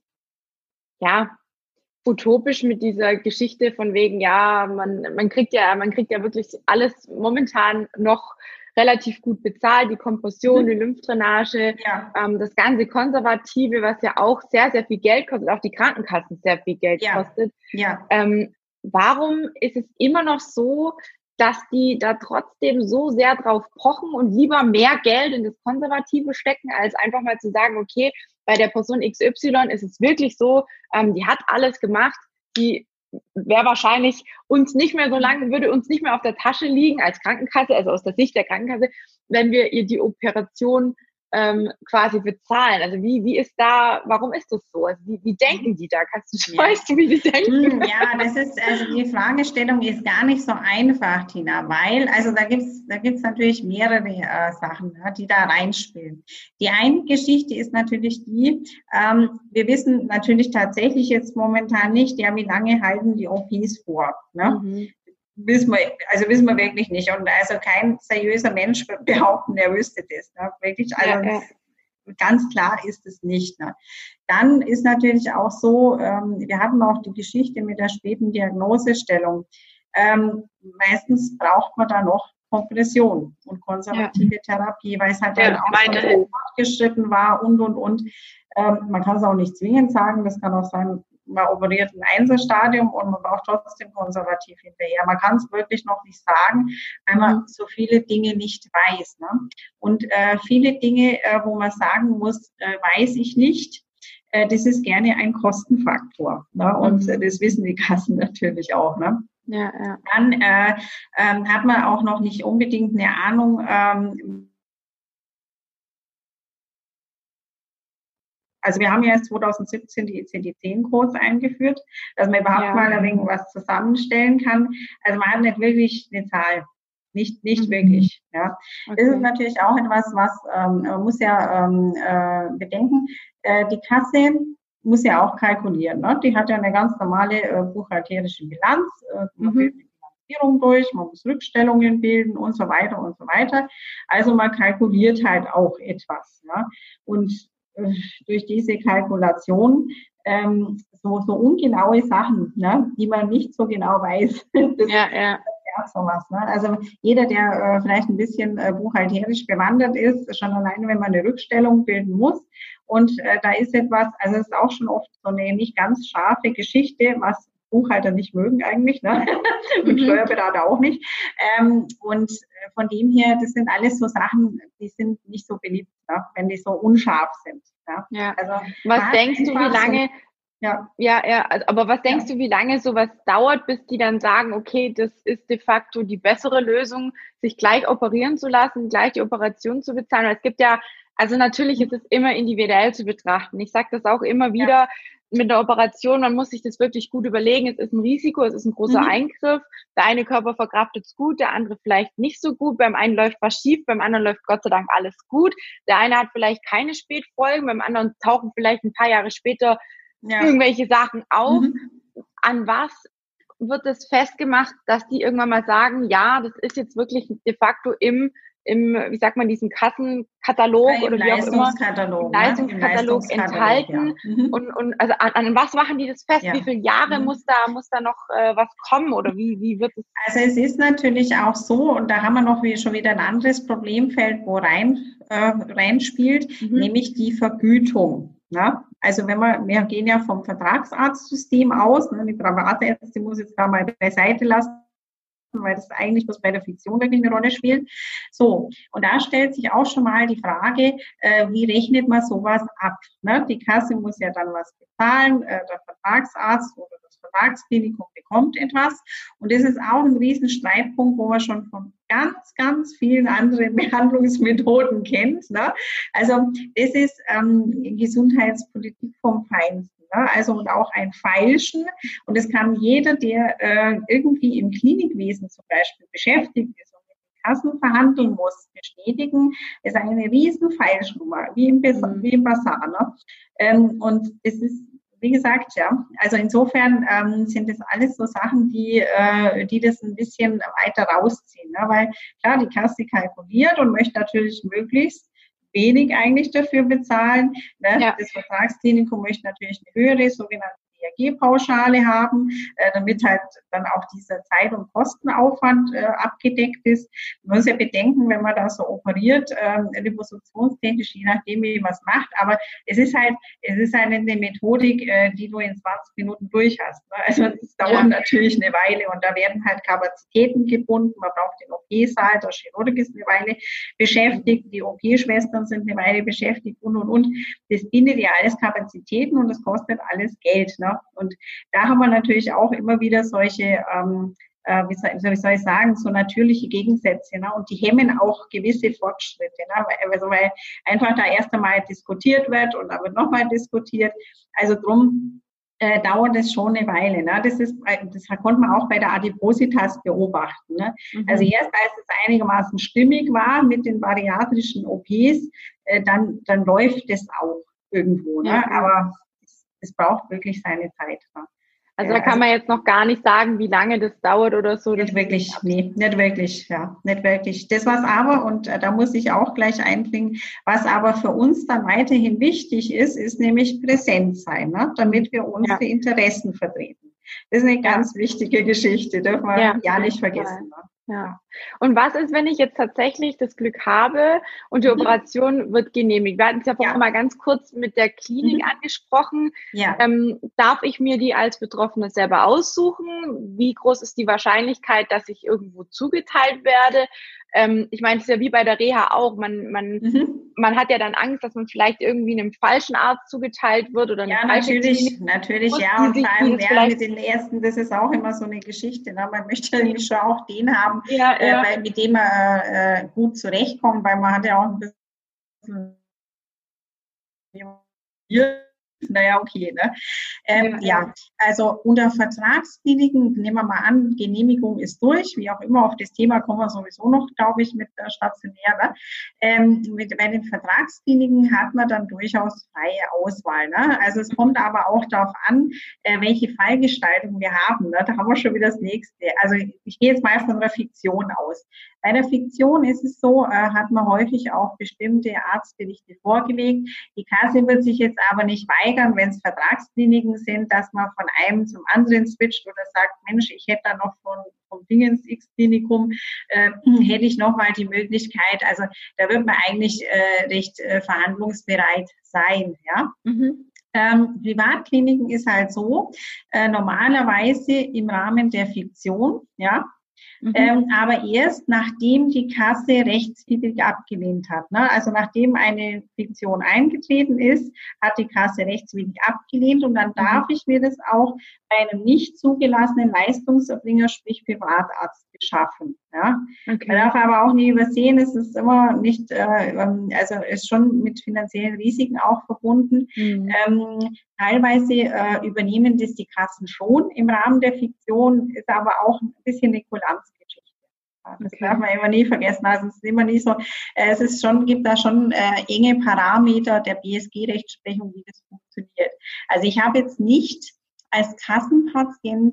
S1: utopisch mit dieser Geschichte von wegen, man kriegt ja wirklich alles momentan noch relativ gut bezahlt, die Kompression, die Lymphdrainage, das ganze Konservative, was ja auch sehr, sehr viel Geld kostet, auch die Krankenkassen sehr viel Geld kostet. Warum ist es immer noch so, dass die da trotzdem so sehr drauf pochen und lieber mehr Geld in das Konservative stecken, als einfach mal zu sagen, okay, bei der Person XY ist es wirklich so, die hat alles gemacht, die wäre wahrscheinlich würde uns nicht mehr auf der Tasche liegen als Krankenkasse, also aus der Sicht der Krankenkasse, wenn wir ihr die Operation quasi bezahlen? Also wie ist da, warum ist das so? Also wie denken die da? Weißt du, wie die denken?
S2: Ja, das ist, also die Fragestellung ist gar nicht so einfach, Tina, weil, also da gibt's natürlich mehrere Sachen, die da reinspielen. Die eine Geschichte ist natürlich die, wir wissen natürlich tatsächlich jetzt momentan nicht, ja, wie lange halten die OPs vor, ne?
S1: Mhm.
S2: Wissen wir wirklich nicht. Und also kein seriöser Mensch wird behaupten, er wüsste das. Ne? Wirklich, also ganz klar ist es nicht. Ne? Dann ist natürlich auch so, wir hatten auch die Geschichte mit der späten Diagnosestellung. Meistens braucht man da noch Kompression und konservative Therapie, weil es halt dann auch schon fortgeschritten war und. Man kann es auch nicht zwingend sagen, das kann auch sein, man operiert im Einzelstadium und man braucht trotzdem konservativ hinterher. Man kann es wirklich noch nicht sagen, weil man so viele Dinge nicht weiß. Ne? Und viele Dinge, wo man sagen muss, weiß ich nicht, das ist gerne ein Kostenfaktor. Ne? Und das wissen die Kassen natürlich auch. Ne?
S1: Ja.
S2: Dann hat man auch noch nicht unbedingt eine Ahnung. Also wir haben ja erst 2017 die ICD-10-Codes eingeführt, dass man überhaupt mal ein wenig was zusammenstellen kann. Also man hat nicht wirklich eine Zahl. Nicht wirklich. Ja. Okay. Das ist natürlich auch etwas, was man muss ja bedenken. Die Kasse muss ja auch kalkulieren. Ne? Die hat ja eine ganz normale buchhalterische Bilanz. Man bildet die Bilanzierung durch, man muss Rückstellungen bilden und so weiter und so weiter. Also man kalkuliert halt auch etwas. Ja? Und durch diese Kalkulation so ungenaue Sachen, ne, die man nicht so genau weiß. Das sowas, ne? Also jeder, der vielleicht ein bisschen buchhalterisch bewandert ist, schon alleine, wenn man eine Rückstellung bilden muss. Und da ist etwas, also es ist auch schon oft so eine nicht ganz scharfe Geschichte, was Buchhalter nicht mögen eigentlich, ne? Und Steuerberater auch nicht. Und von dem her, das sind alles so Sachen, die sind nicht so beliebt, ne? Wenn die so unscharf sind.
S1: Ja. Also, was denkst du, wie lange? Aber was denkst du, wie lange sowas dauert, bis die dann sagen, okay, das ist de facto die bessere Lösung, sich gleich operieren zu lassen, gleich die Operation zu bezahlen? Weil es gibt ja, also natürlich ist es immer individuell zu betrachten. Ich sage das auch immer wieder mit der Operation, man muss sich das wirklich gut überlegen. Es ist ein Risiko, es ist ein großer Eingriff. Der eine Körper verkraftet es gut, der andere vielleicht nicht so gut. Beim einen läuft was schief, beim anderen läuft Gott sei Dank alles gut. Der eine hat vielleicht keine Spätfolgen, beim anderen tauchen vielleicht ein paar Jahre später irgendwelche Sachen auf. An was wird das festgemacht, dass die irgendwann mal sagen, ja, das ist jetzt wirklich de facto im wie sagt man, diesem Kassenkatalog oder wie auch immer, im Leistungskatalog enthalten. Und also an was machen die das fest? Wie viele Jahre muss da noch was kommen oder wie wird es?
S2: Also es ist natürlich auch so, und da haben wir noch schon wieder ein anderes Problemfeld, wo reinspielt, nämlich die Vergütung. Ne? Also wir gehen ja vom Vertragsarztsystem aus, ne? Die Privatärzte muss jetzt da mal beiseite lassen, weil das eigentlich bloß bei der Fiktion wirklich eine Rolle spielt. So, und da stellt sich auch schon mal die Frage, wie rechnet man sowas ab? Ne? Die Kasse muss ja dann was bezahlen, der Vertragsarzt oder das Vertragsklinikum bekommt etwas. Und das ist auch ein riesen Streitpunkt, wo man schon von ganz, ganz vielen anderen Behandlungsmethoden kennt. Ne? Also das ist Gesundheitspolitik vom Feinsten. Also und auch ein Feilschen. Und das kann jeder, der irgendwie im Klinikwesen zum Beispiel beschäftigt ist und mit den Kassen verhandeln muss, bestätigen. Das ist eine riesen Feilschnummer, wie im Basar. Ne? Und es ist, wie gesagt, also insofern sind das alles so Sachen, die das ein bisschen weiter rausziehen. Ne? Weil klar, die Kasse kalkuliert und möchte natürlich möglichst wenig eigentlich dafür bezahlen. Ne? Das Vertragsklinikum möchte natürlich eine höhere sogenannte DRG-Pauschale haben, damit halt dann auch dieser Zeit- und Kostenaufwand abgedeckt ist. Man muss ja bedenken, wenn man da so operiert, liposuktionstechnisch, je nachdem, wie man es macht, aber es ist halt eine Methodik, die du in 20 Minuten durch hast. Ne? Also das dauert natürlich eine Weile und da werden halt Kapazitäten gebunden. Man braucht den OP-Saal, der Chirurg ist eine Weile beschäftigt, die OP-Schwestern sind eine Weile beschäftigt und. Das bindet ja alles Kapazitäten und das kostet alles Geld. Ne? Und da haben wir natürlich auch immer wieder solche wie soll ich sagen, so natürliche Gegensätze, ne? Und die hemmen auch gewisse Fortschritte, ne? Weil einfach da erst einmal diskutiert wird und dann wird nochmal diskutiert. Also drum dauert es schon eine Weile. Ne? Das konnte man auch bei der Adipositas beobachten. Ne? Also erst als es einigermaßen stimmig war mit den bariatrischen OPs, dann läuft es auch irgendwo. Ne? Aber es braucht wirklich seine Zeit. Ne?
S1: Also da kann man jetzt noch gar nicht sagen, wie lange das dauert oder so.
S2: Nicht wirklich, nee, nicht wirklich, ja, nicht wirklich. Das was aber, und da muss ich auch gleich einbringen, was aber für uns dann weiterhin wichtig ist nämlich präsent sein, ne? Damit wir unsere Interessen vertreten. Das ist eine ganz wichtige Geschichte, dürfen wir ja nicht vergessen. Ne?
S1: Ja. Und was ist, wenn ich jetzt tatsächlich das Glück habe und die Operation wird genehmigt? Wir hatten es ja vorhin mal ganz kurz mit der Klinik angesprochen. Ja. Darf ich mir die als Betroffene selber aussuchen? Wie groß ist die Wahrscheinlichkeit, dass ich irgendwo zugeteilt werde? Ich meine, es ist ja wie bei der Reha auch. Man hat ja dann Angst, dass man vielleicht irgendwie einem falschen Arzt zugeteilt wird oder eine falsche Klinik.
S2: Natürlich, ja. Und vor allem mit den Ersten, das ist auch immer so eine Geschichte. Ne? Man möchte nämlich schon auch den haben, mit dem man gut zurechtkommt, weil man hat ja auch ein bisschen naja, okay. Ne? Also unter Vertragskliniken, nehmen wir mal an, Genehmigung ist durch, wie auch immer, auf das Thema kommen wir sowieso noch, glaube ich, mit der stationär. Ne? Bei den Vertragskliniken hat man dann durchaus freie Auswahl. Ne? Also es kommt aber auch darauf an, welche Fallgestaltung wir haben. Ne? Da haben wir schon wieder das Nächste. Also ich gehe jetzt mal von der Fiktion aus. Bei der Fiktion ist es so, hat man häufig auch bestimmte Arztberichte vorgelegt. Die Kasse wird sich jetzt aber nicht weigern, wenn es Vertragskliniken sind, dass man von einem zum anderen switcht oder sagt, Mensch, ich hätte da noch vom Dingens X-Klinikum, hätte ich noch mal die Möglichkeit. Also da wird man eigentlich recht verhandlungsbereit sein, ja. Privatkliniken ist halt so, normalerweise im Rahmen der Fiktion, ja. Aber erst nachdem die Kasse rechtswidrig abgelehnt hat. Ne? Also nachdem eine Fiktion eingetreten ist, hat die Kasse rechtswidrig abgelehnt und dann darf ich mir das auch bei einem nicht zugelassenen Leistungserbringer, sprich Privatarzt, beschaffen. Ja? Okay. Man darf aber auch nie übersehen, es ist immer nicht, also ist schon mit finanziellen Risiken auch verbunden. Teilweise übernehmen das die Kassen schon im Rahmen der Fiktion, ist aber auch ein bisschen eine Kulanzgeschichte. Das darf man immer nie vergessen. Also es ist immer nie so, gibt da schon enge Parameter der BSG-Rechtsprechung, wie das funktioniert. Also ich habe jetzt nicht als Kassenpatient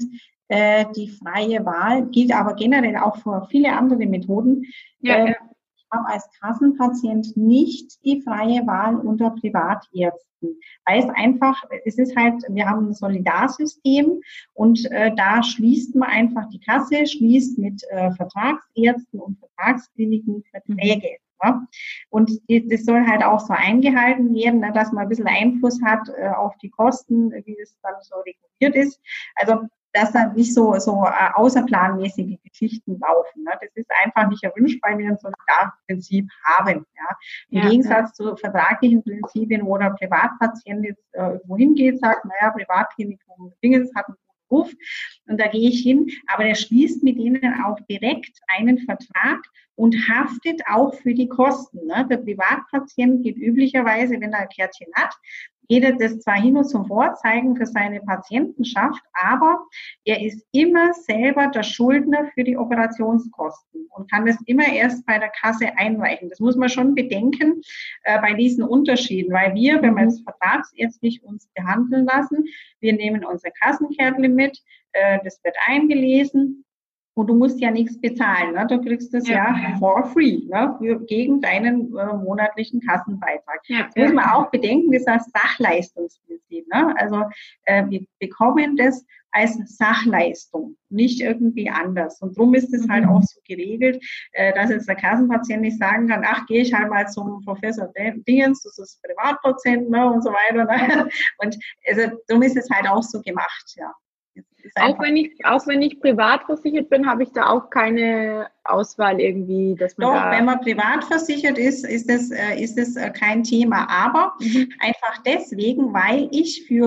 S2: die freie Wahl, gilt aber generell auch für viele andere Methoden. Ich habe als Kassenpatient nicht die freie Wahl unter Privatärzten, weil es einfach, wir haben ein Solidarsystem und da schließt man einfach, die Kasse schließt mit Vertragsärzten und Vertragskliniken Verträge. Ja? Und das soll halt auch so eingehalten werden, ne, dass man ein bisschen Einfluss hat auf die Kosten, wie das dann so reguliert ist. Also dass da nicht so außerplanmäßige Geschichten laufen. Ne? Das ist einfach nicht erwünscht, weil wir ein Solidarprinzip haben. Ja? Im Gegensatz zu vertraglichen Prinzipien, wo der Privatpatient jetzt wohin geht, sagt, naja, Privatklinikum Dingens hat einen guten Ruf und da gehe ich hin, aber der schließt mit denen auch direkt einen Vertrag und haftet auch für die Kosten. Ne? Der Privatpatient geht üblicherweise, wenn er ein Kärtchen hat, geht er das zwar hin und zum Vorzeigen für seine Patientenschaft, aber er ist immer selber der Schuldner für die Operationskosten und kann das immer erst bei der Kasse einreichen. Das muss man schon bedenken bei diesen Unterschieden, weil wir, wenn wir jetzt vertragsärztlich uns behandeln lassen, wir nehmen unsere Kassenkärtchen mit, das wird eingelesen. Und du musst ja nichts bezahlen, ne? Du kriegst das for free, ne? Gegen deinen monatlichen Kassenbeitrag. Das muss man auch bedenken, das ist ein Sachleistungsprinzip. Ne? Also wir bekommen das als Sachleistung, nicht irgendwie anders. Und darum ist es halt auch so geregelt, dass jetzt der Kassenpatient nicht sagen kann, ach, gehe ich halt mal zum Professor Dingens, das ist Privatpatient, ne? Und so weiter. Ne? Und also darum ist es halt auch so gemacht, ja.
S1: Auch wenn ich privat versichert bin, habe ich da auch keine Auswahl irgendwie, dass man
S2: Doch, wenn man privat versichert ist es kein Thema. Aber einfach deswegen, weil ich für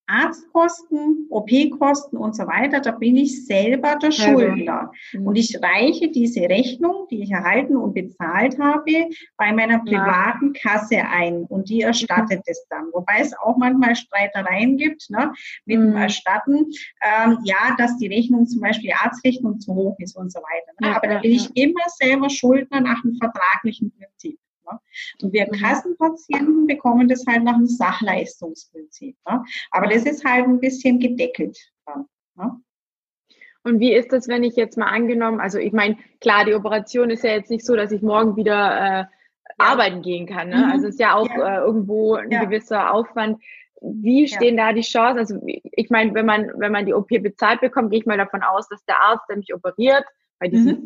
S2: Arztkosten, OP-Kosten und so weiter, da bin ich selber der Schuldner. Und ich reiche diese Rechnung, die ich erhalten und bezahlt habe, bei meiner privaten Kasse ein und die erstattet es dann. Wobei es auch manchmal Streitereien gibt, ne, mit dem Erstatten, dass die Rechnung, zum Beispiel die Arztrechnung, zu hoch ist und so weiter. Ne? Aber da bin ich immer selber Schuldner nach dem vertraglichen Prinzip. Ne? Und wir Kassenpatienten bekommen das halt nach dem Sachleistungsprinzip. Ne? Aber das ist halt ein bisschen gedeckelt. Ne?
S1: Und wie ist das, wenn ich jetzt mal angenommen, also ich meine, klar, die Operation ist ja jetzt nicht so, dass ich morgen wieder arbeiten gehen kann. Ne? Also es ist ja auch irgendwo ein gewisser Aufwand. Wie stehen da die Chancen? Also ich meine, wenn man die OP bezahlt bekommt, gehe ich mal davon aus, dass der Arzt, der mich operiert, bei diesem,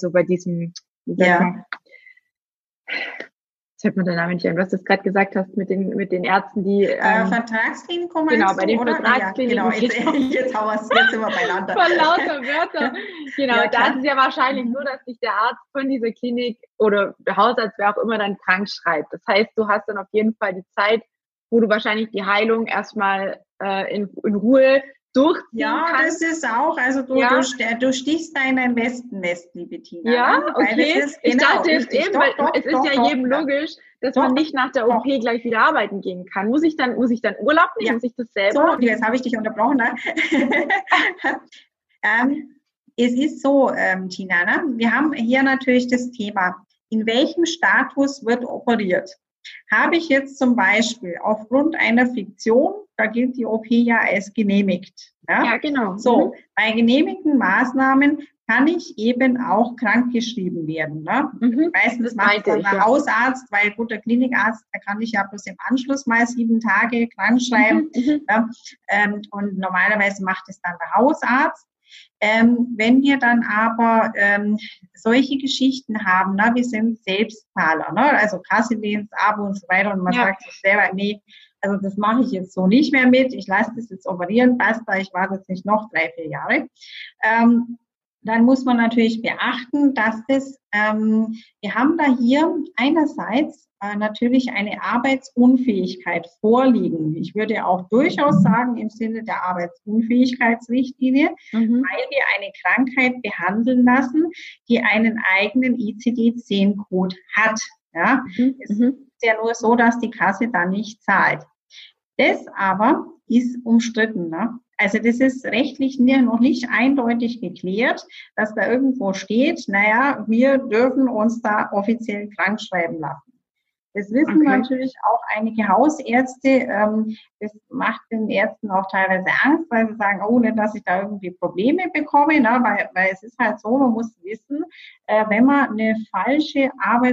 S1: jetzt fällt mir der Name nicht ein, was du gerade gesagt hast mit den Ärzten, die
S2: Vertragsklinikum,
S1: genau, bei den Vertragskliniken.
S2: Ja, genau, jetzt haben wir es jetzt immer beieinander.
S1: Von lauter Wörter. Genau, da ist es ja wahrscheinlich so, dass sich der Arzt von dieser Klinik oder der Hausarzt, wer auch immer, dann krank schreibt. Das heißt, du hast dann auf jeden Fall die Zeit, wo du wahrscheinlich die Heilung erstmal in Ruhe durchziehen kannst.
S2: Das ist auch, also du stichst da in ein Wespennest, liebe Tina.
S1: Ja, okay. Ich dachte jetzt eben, weil es ist ja jedem logisch, dass man nicht nach der OP gleich wieder arbeiten gehen kann. Muss ich dann Urlaub nehmen? Muss ich das selber?
S2: So, jetzt habe ich dich unterbrochen. Ne? Es ist so, Tina, ne? Wir haben hier natürlich das Thema, in welchem Status wird operiert? Habe ich jetzt zum Beispiel aufgrund einer Fiktion, da gilt die OP ja als genehmigt.
S1: Ja, genau.
S2: So, bei genehmigten Maßnahmen kann ich eben auch krankgeschrieben werden. Ne? Meistens macht dann der Hausarzt, weil gut, der Klinikarzt, da kann ich ja bloß im Anschluss mal 7 Tage krank schreiben. Und normalerweise macht es dann der Hausarzt. Wenn wir dann aber solche Geschichten haben, ne, wir sind Selbstzahler, ne, also Kassendienst, Abo und so weiter, und man sagt sich selber, nee, also das mache ich jetzt so nicht mehr mit, ich lasse das jetzt operieren, basta, ich warte jetzt nicht noch 3-4 Jahre. Dann muss man natürlich beachten, dass wir haben da hier einerseits natürlich eine Arbeitsunfähigkeit vorliegen. Ich würde auch durchaus sagen, im Sinne der Arbeitsunfähigkeitsrichtlinie, weil wir eine Krankheit behandeln lassen, die einen eigenen ICD-10-Code hat. Ja? Es ist ja nur so, dass die Kasse dann nicht zahlt. Das aber ist umstritten. Ne? Also das ist rechtlich noch nicht eindeutig geklärt, dass da irgendwo steht, naja, wir dürfen uns da offiziell krank schreiben lassen. Das wissen natürlich auch einige Hausärzte. Das macht den Ärzten auch teilweise Angst, weil sie sagen, oh, nicht, dass ich da irgendwie Probleme bekomme. Ne? Weil es ist halt so, man muss wissen, wenn man eine falsche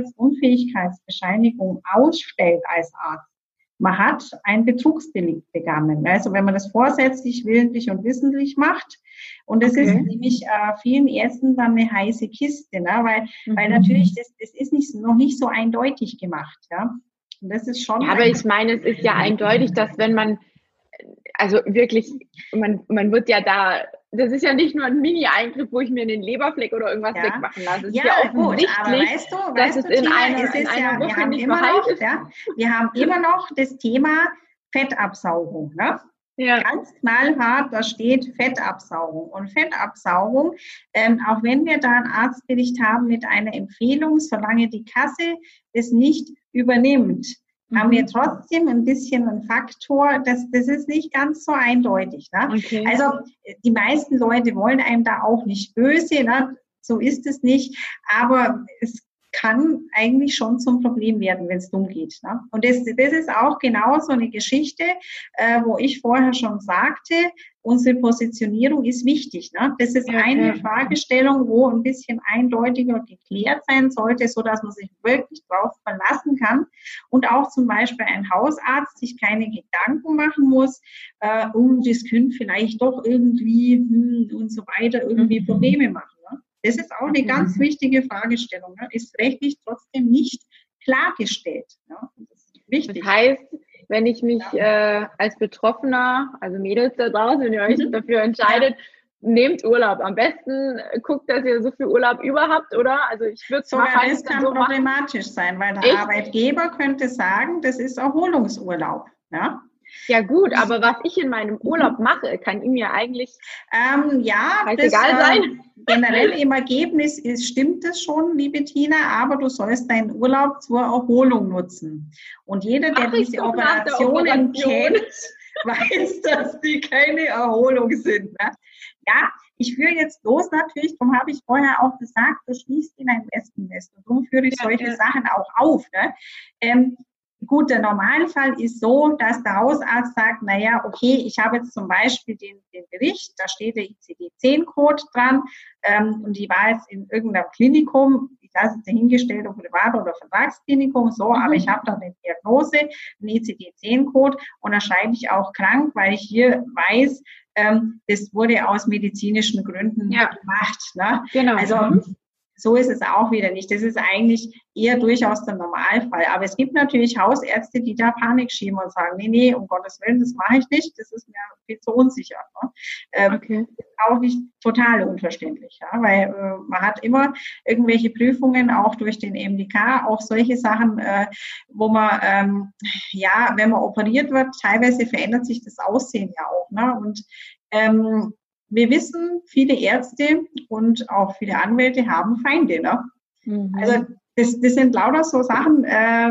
S2: Arbeitsunfähigkeitsbescheinigung ausstellt als Arzt, man hat ein Betrugsdelikt begangen. Also wenn man das vorsätzlich, willentlich und wissentlich macht. Und das ist nämlich vielen Ärzten dann eine heiße Kiste, ne? Weil natürlich das ist noch nicht so eindeutig gemacht. Ja? Und das ist schon.
S1: Ja, aber ich meine, es ist ja eindeutig, dass wenn man, also wirklich, man wird ja da, das ist ja nicht nur ein Mini-Eingriff, wo ich mir einen Leberfleck oder irgendwas wegmachen lasse. Es ist ja offensichtlich,
S2: gut, aber weißt du,
S1: dass es in einer Woche nicht verheilt ist.
S2: Wir haben immer noch das Thema Fettabsaugung. Ne? Ja. Ganz knallhart, da steht Fettabsaugung. Und Fettabsaugung, auch wenn wir da einen Arztbericht haben mit einer Empfehlung, solange die Kasse es nicht übernimmt, haben wir trotzdem ein bisschen einen Faktor, das ist nicht ganz so eindeutig. Ne? Okay. Also die meisten Leute wollen einem da auch nicht böse, ne? So ist es nicht, aber es kann eigentlich schon zum Problem werden, wenn es dumm geht. Ne? Und das ist auch genau so eine Geschichte, wo ich vorher schon sagte, unsere Positionierung ist wichtig. Ne? Das ist eine Fragestellung, wo ein bisschen eindeutiger geklärt sein sollte, so dass man sich wirklich darauf verlassen kann und auch zum Beispiel ein Hausarzt sich keine Gedanken machen muss, das könnte vielleicht doch irgendwie und so weiter irgendwie Probleme machen. Ne? Das ist auch eine ganz wichtige Fragestellung. Ne? Ist rechtlich trotzdem nicht klargestellt. Ne? Das ist wichtig.
S1: Das heißt, wenn ich mich als Betroffener, also Mädels da draußen, wenn ihr euch dafür entscheidet, nehmt Urlaub. Am besten guckt, dass ihr so viel Urlaub überhaupt, oder? Also ich würde
S2: sogar das kann so problematisch sein, weil der Arbeitgeber könnte sagen, das ist Erholungsurlaub. Ja?
S1: Ja gut, aber was ich in meinem Urlaub mache, kann ihm ja eigentlich egal sein.
S2: Generell im Ergebnis stimmt es schon, liebe Tina, aber du sollst deinen Urlaub zur Erholung nutzen. Und jeder, der diese Operationen kennt, weiß, dass die keine Erholung sind. Ne? Ja, ich führe jetzt bloß natürlich, darum habe ich vorher auch gesagt, du schließt in ein Wespennest. Und darum führe ich solche Sachen auch auf. Ne? Gut, der Normalfall ist so, dass der Hausarzt sagt, naja, okay, ich habe jetzt zum Beispiel den Bericht, da steht der ICD-10-Code dran und die war jetzt in irgendeinem Klinikum, ich lasse es dahingestellt, ob Privat- oder Vertragsklinikum, so, aber ich habe da eine Diagnose, einen ICD-10-Code und da schreibe ich auch krank, weil ich hier weiß, das wurde aus medizinischen Gründen gemacht. Ne?
S1: Genau.
S2: Also so ist es auch wieder nicht. Das ist eigentlich eher durchaus der Normalfall. Aber es gibt natürlich Hausärzte, die da Panik schieben und sagen, nee, um Gottes Willen, das mache ich nicht. Das ist mir viel zu unsicher. Ne?
S1: Okay.
S2: Ist auch nicht total unverständlich, ja? Weil man hat immer irgendwelche Prüfungen, auch durch den MDK, auch solche Sachen, wo man, wenn man operiert wird, teilweise verändert sich das Aussehen ja auch. Ne? Und wir wissen, viele Ärzte und auch viele Anwälte haben Feinde. Ne? Mhm. Also das sind lauter so Sachen,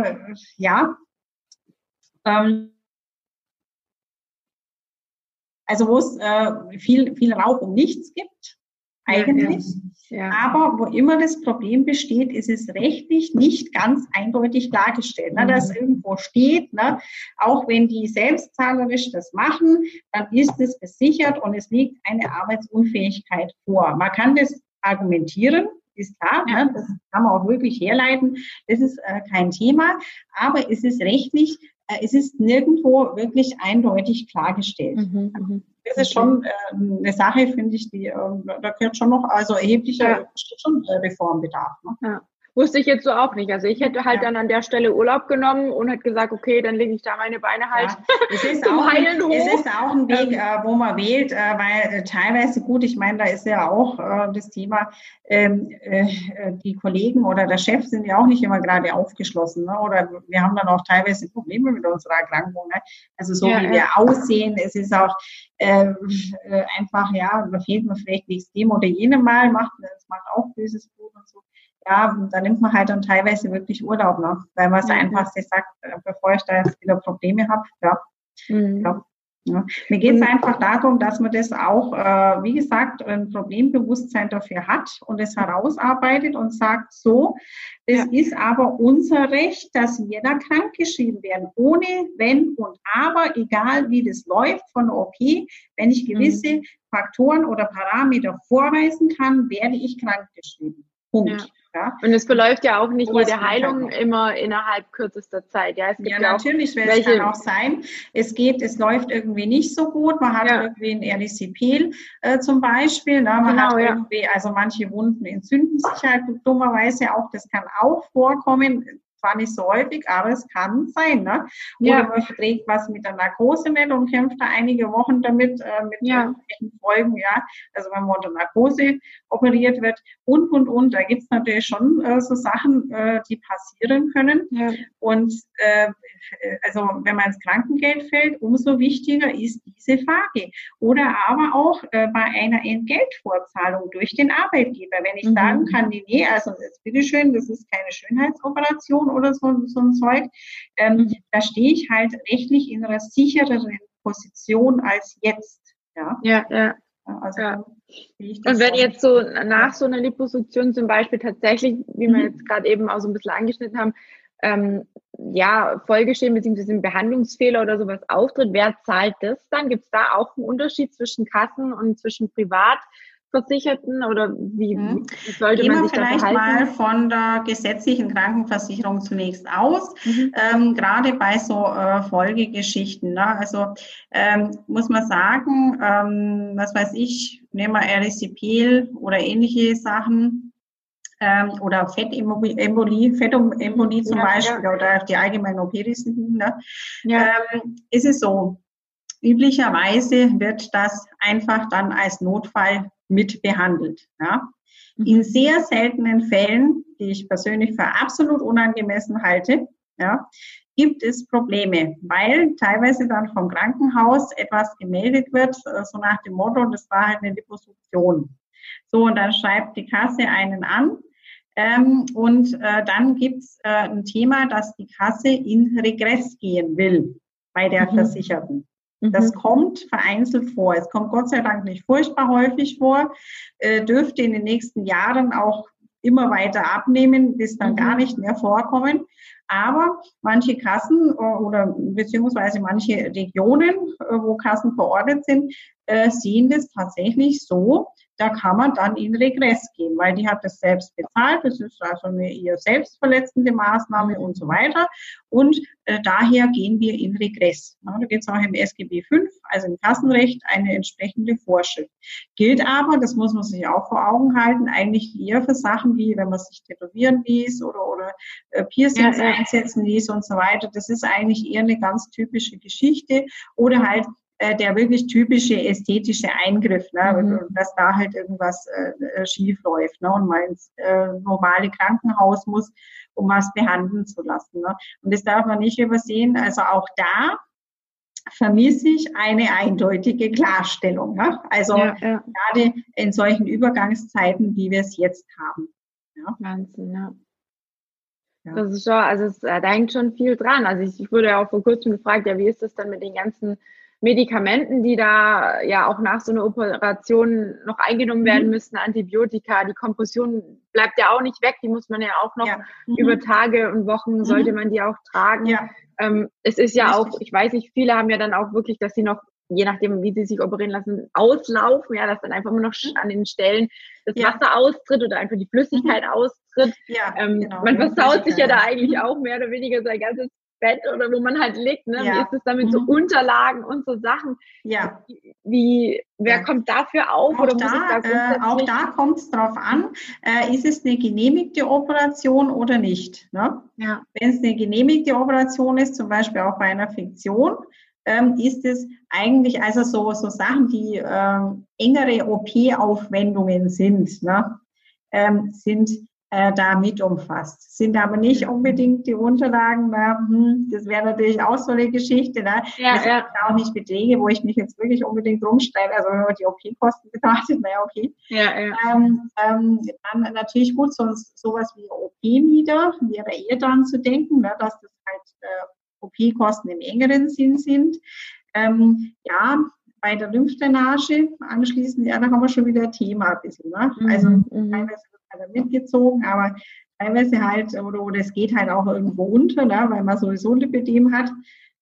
S2: also wo es viel Rauch um nichts gibt, eigentlich. Ja. Aber wo immer das Problem besteht, ist es rechtlich nicht ganz eindeutig klargestellt. Ne, dass irgendwo steht, ne, auch wenn die selbstzahlerisch das machen, dann ist es besichert und es liegt eine Arbeitsunfähigkeit vor. Man kann das argumentieren, ist klar, ne, das kann man auch wirklich herleiten, das ist kein Thema, aber es ist rechtlich, es ist nirgendwo wirklich eindeutig klargestellt. Das ist schon eine Sache, finde ich, die da gehört schon noch, also erheblicher Reformbedarf. Ne? Ja.
S1: Wusste ich jetzt so auch nicht. Also ich hätte halt dann an der Stelle Urlaub genommen und hätte gesagt, okay, dann lege ich da meine Beine halt zum Heilen hoch.
S2: Es ist auch ein Weg, wo man wählt, weil teilweise, gut, ich meine, da ist ja auch das Thema, die Kollegen oder der Chef sind ja auch nicht immer gerade aufgeschlossen. Ne? Oder wir haben dann auch teilweise Probleme mit unserer Erkrankung. Ne? Also so wie wir aussehen, es ist auch einfach, da fehlt man vielleicht nichts dem oder jenem Mal, das macht auch böses Blut und so. Ja, da nimmt man halt dann teilweise wirklich Urlaub, ne? Weil man es einfach sich sagt, bevor ich da jetzt wieder Probleme habe. Ja. Mir geht es einfach darum, dass man das auch, wie gesagt, ein Problembewusstsein dafür hat und es herausarbeitet und sagt, so, das ist aber unser Recht, dass wir da krankgeschrieben werden, ohne Wenn und Aber, egal wie das läuft von der OP, wenn ich gewisse Faktoren oder Parameter vorweisen kann, werde ich krankgeschrieben. Punkt.
S1: Ja. Und es verläuft ja auch nicht jede Heilung immer innerhalb kürzester Zeit. Ja, es gibt
S2: natürlich, es kann auch sein. Es läuft irgendwie nicht so gut. Man hat irgendwie ein Erysipeal zum Beispiel. Ne? Man hat irgendwie, also manche Wunden entzünden sich halt dummerweise auch. Das kann auch vorkommen. Zwar nicht so häufig, aber es kann sein. Ne? Oder man verträgt was mit der Narkose nicht und kämpft da einige Wochen damit, mit irgendwelchen Folgen. Ja? Also wenn man unter Narkose operiert wird und. Da gibt es natürlich schon so Sachen, die passieren können. Ja. Und also wenn man ins Krankengeld fällt, umso wichtiger ist diese Frage. Oder aber auch bei einer Entgeltvorzahlung durch den Arbeitgeber. Wenn ich sagen kann, nee, also jetzt bitteschön, das ist keine Schönheitsoperation oder so ein Zeug, da stehe ich halt rechtlich in einer sichereren Position als jetzt.
S1: Ja.
S2: Also
S1: und wenn jetzt so nach so einer Liposuktion zum Beispiel tatsächlich, wie wir jetzt gerade eben auch so ein bisschen angeschnitten haben, Folgeschäden bzw. ein Behandlungsfehler oder sowas auftritt, wer zahlt das dann? Gibt es da auch einen Unterschied zwischen Kassen und zwischen Privatversicherten oder wie sollte man sich da verhalten?
S2: Gehen wir vielleicht mal von der gesetzlichen Krankenversicherung zunächst aus, gerade bei so Folgegeschichten. Ne? Also muss man sagen, was weiß ich, nehmen wir Erysipeal oder ähnliche Sachen, oder Fettembolie zum Beispiel oder die allgemeinen OP-Risiken. Ne? Ist es so, üblicherweise wird das einfach dann als Notfall mit behandelt. Ja? In sehr seltenen Fällen, die ich persönlich für absolut unangemessen halte, gibt es Probleme, weil teilweise dann vom Krankenhaus etwas gemeldet wird, so nach dem Motto, das war halt eine Liposuktion. So, und dann schreibt die Kasse einen an. Dann gibt es ein Thema, dass die Kasse in Regress gehen will bei der Versicherten. Das kommt vereinzelt vor. Es kommt Gott sei Dank nicht furchtbar häufig vor, dürfte in den nächsten Jahren auch immer weiter abnehmen, bis dann gar nicht mehr vorkommen. Aber manche Kassen oder beziehungsweise manche Regionen, wo Kassen verortet sind, sehen das tatsächlich so, da kann man dann in Regress gehen, weil die hat das selbst bezahlt, das ist also eine eher selbstverletzende Maßnahme und so weiter. Und daher gehen wir in Regress. Ja, da gibt es auch im SGB V, also im Kassenrecht, eine entsprechende Vorschrift. Gilt aber, das muss man sich auch vor Augen halten, eigentlich eher für Sachen wie, wenn man sich tätowieren ließ oder Piercings einsetzen ließ und so weiter. Das ist eigentlich eher eine ganz typische Geschichte oder halt der wirklich typische ästhetische Eingriff, ne, dass da halt irgendwas schief läuft, ne, und man ins normale Krankenhaus muss, um was behandeln zu lassen. Ne. Und das darf man nicht übersehen. Also auch da vermisse ich eine eindeutige Klarstellung. Ne? Also gerade in solchen Übergangszeiten, wie wir es jetzt haben. Ja.
S1: Wahnsinn, ja. Das ist schon, also da hängt schon viel dran. Also ich wurde ja auch vor kurzem gefragt, ja, wie ist das dann mit den ganzen Medikamenten, die da ja auch nach so einer Operation noch eingenommen werden müssen, Antibiotika, die Kompression bleibt ja auch nicht weg, die muss man ja auch noch über Tage und Wochen, sollte man die auch tragen. Ja. Es ist ja auch, ich weiß nicht, viele haben ja dann auch wirklich, dass sie noch, je nachdem, wie sie sich operieren lassen, auslaufen, ja, dass dann einfach immer noch an den Stellen das Wasser austritt oder einfach die Flüssigkeit austritt. Ja, genau. Man versaut sich ja da eigentlich auch mehr oder weniger sein ganzes Bett oder wo man halt liegt, ne? Wie ist es dann mit so Unterlagen und so Sachen? Ja. Wer kommt dafür auf?
S2: Auch, oder muss auch da kommt es drauf an, ist es eine genehmigte Operation oder nicht? Ne? Ja. Wenn es eine genehmigte Operation ist, zum Beispiel auch bei einer Fiktion, ist es eigentlich also so Sachen, die engere OP-Aufwendungen sind, ne? Sind da mit umfasst. Sind aber nicht unbedingt die Unterlagen, das wäre natürlich auch so eine Geschichte. Ne? Das sind auch nicht Beträge, wo ich mich jetzt wirklich unbedingt rumstelle. Also wenn man die OP-Kosten betrachtet, naja, okay. Dann natürlich gut, sowas wie OP-Miete wäre eher daran zu denken, ne, dass das halt OP-Kosten im engeren Sinn sind. Bei der Lymphdrainage anschließend, da haben wir schon wieder ein Thema ein bisschen. Ne? Also teilweise mitgezogen, aber teilweise halt, oder es geht halt auch irgendwo unter, ne, weil man sowieso Lipödem hat.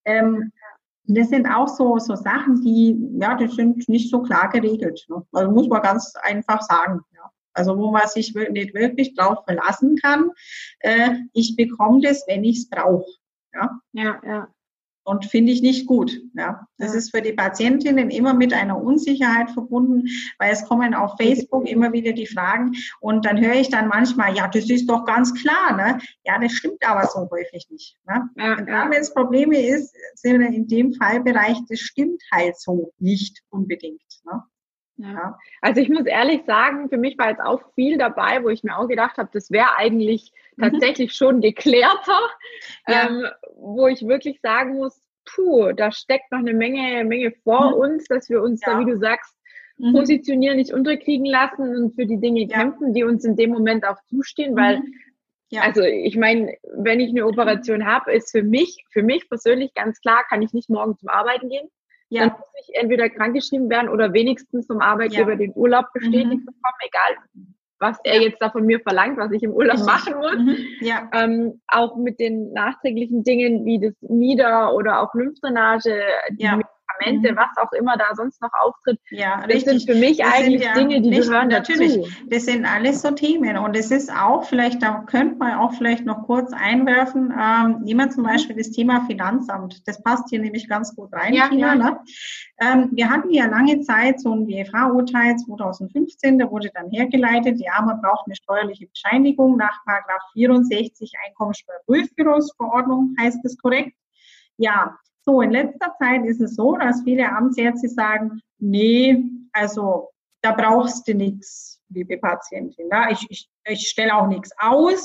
S2: Das sind auch so Sachen, die sind nicht so klar geregelt. Ne? Also muss man ganz einfach sagen. Ja. Also wo man sich nicht wirklich drauf verlassen kann, ich bekomme das, wenn ich es brauche. Ja. Und finde ich nicht gut. Ja. Das ist für die Patientinnen immer mit einer Unsicherheit verbunden, weil es kommen auf Facebook immer wieder die Fragen und dann höre ich dann manchmal, ja, das ist doch ganz klar. Ne? Ja, das stimmt aber so häufig nicht. Ne? Und wenn es Probleme ist, sind wir in dem Fallbereich, das stimmt halt so nicht unbedingt. Ne?
S1: Ja. Also ich muss ehrlich sagen, für mich war jetzt auch viel dabei, wo ich mir auch gedacht habe, das wäre eigentlich tatsächlich schon geklärter, wo ich wirklich sagen muss, da steckt noch eine Menge vor uns, dass wir uns da, wie du sagst, positionieren, nicht unterkriegen lassen und für die Dinge kämpfen, die uns in dem Moment auch zustehen, weil also ich meine, wenn ich eine Operation habe, ist für mich persönlich ganz klar, kann ich nicht morgen zum Arbeiten gehen. Dann muss ich entweder krankgeschrieben werden oder wenigstens vom Arbeitgeber den Urlaub bestätigt bekommen, egal was er jetzt da von mir verlangt, was ich im Urlaub machen muss. Auch mit den nachträglichen Dingen wie das Nieder- oder auch Lymphdrainage, die Medikamente, was auch immer da sonst noch auftritt. Ja, das sind für mich eigentlich Dinge, die gehören dazu.
S2: Das sind alles so Themen und es ist auch vielleicht, da könnte man auch vielleicht noch kurz einwerfen, jemand zum Beispiel das Thema Finanzamt. Das passt hier nämlich ganz gut rein, Tina. Ne? Wir hatten ja lange Zeit so ein BFH-Urteil 2015, da wurde dann hergeleitet, man braucht eine steuerliche Bescheinigung nach Paragraph 64 Einkommensteuerprüfbüros-Verordnung, heißt es korrekt? Ja. So, in letzter Zeit ist es so, dass viele Amtsärzte sagen, nee, also da brauchst du nichts, liebe Patientin. Ja, ich stelle auch nichts aus.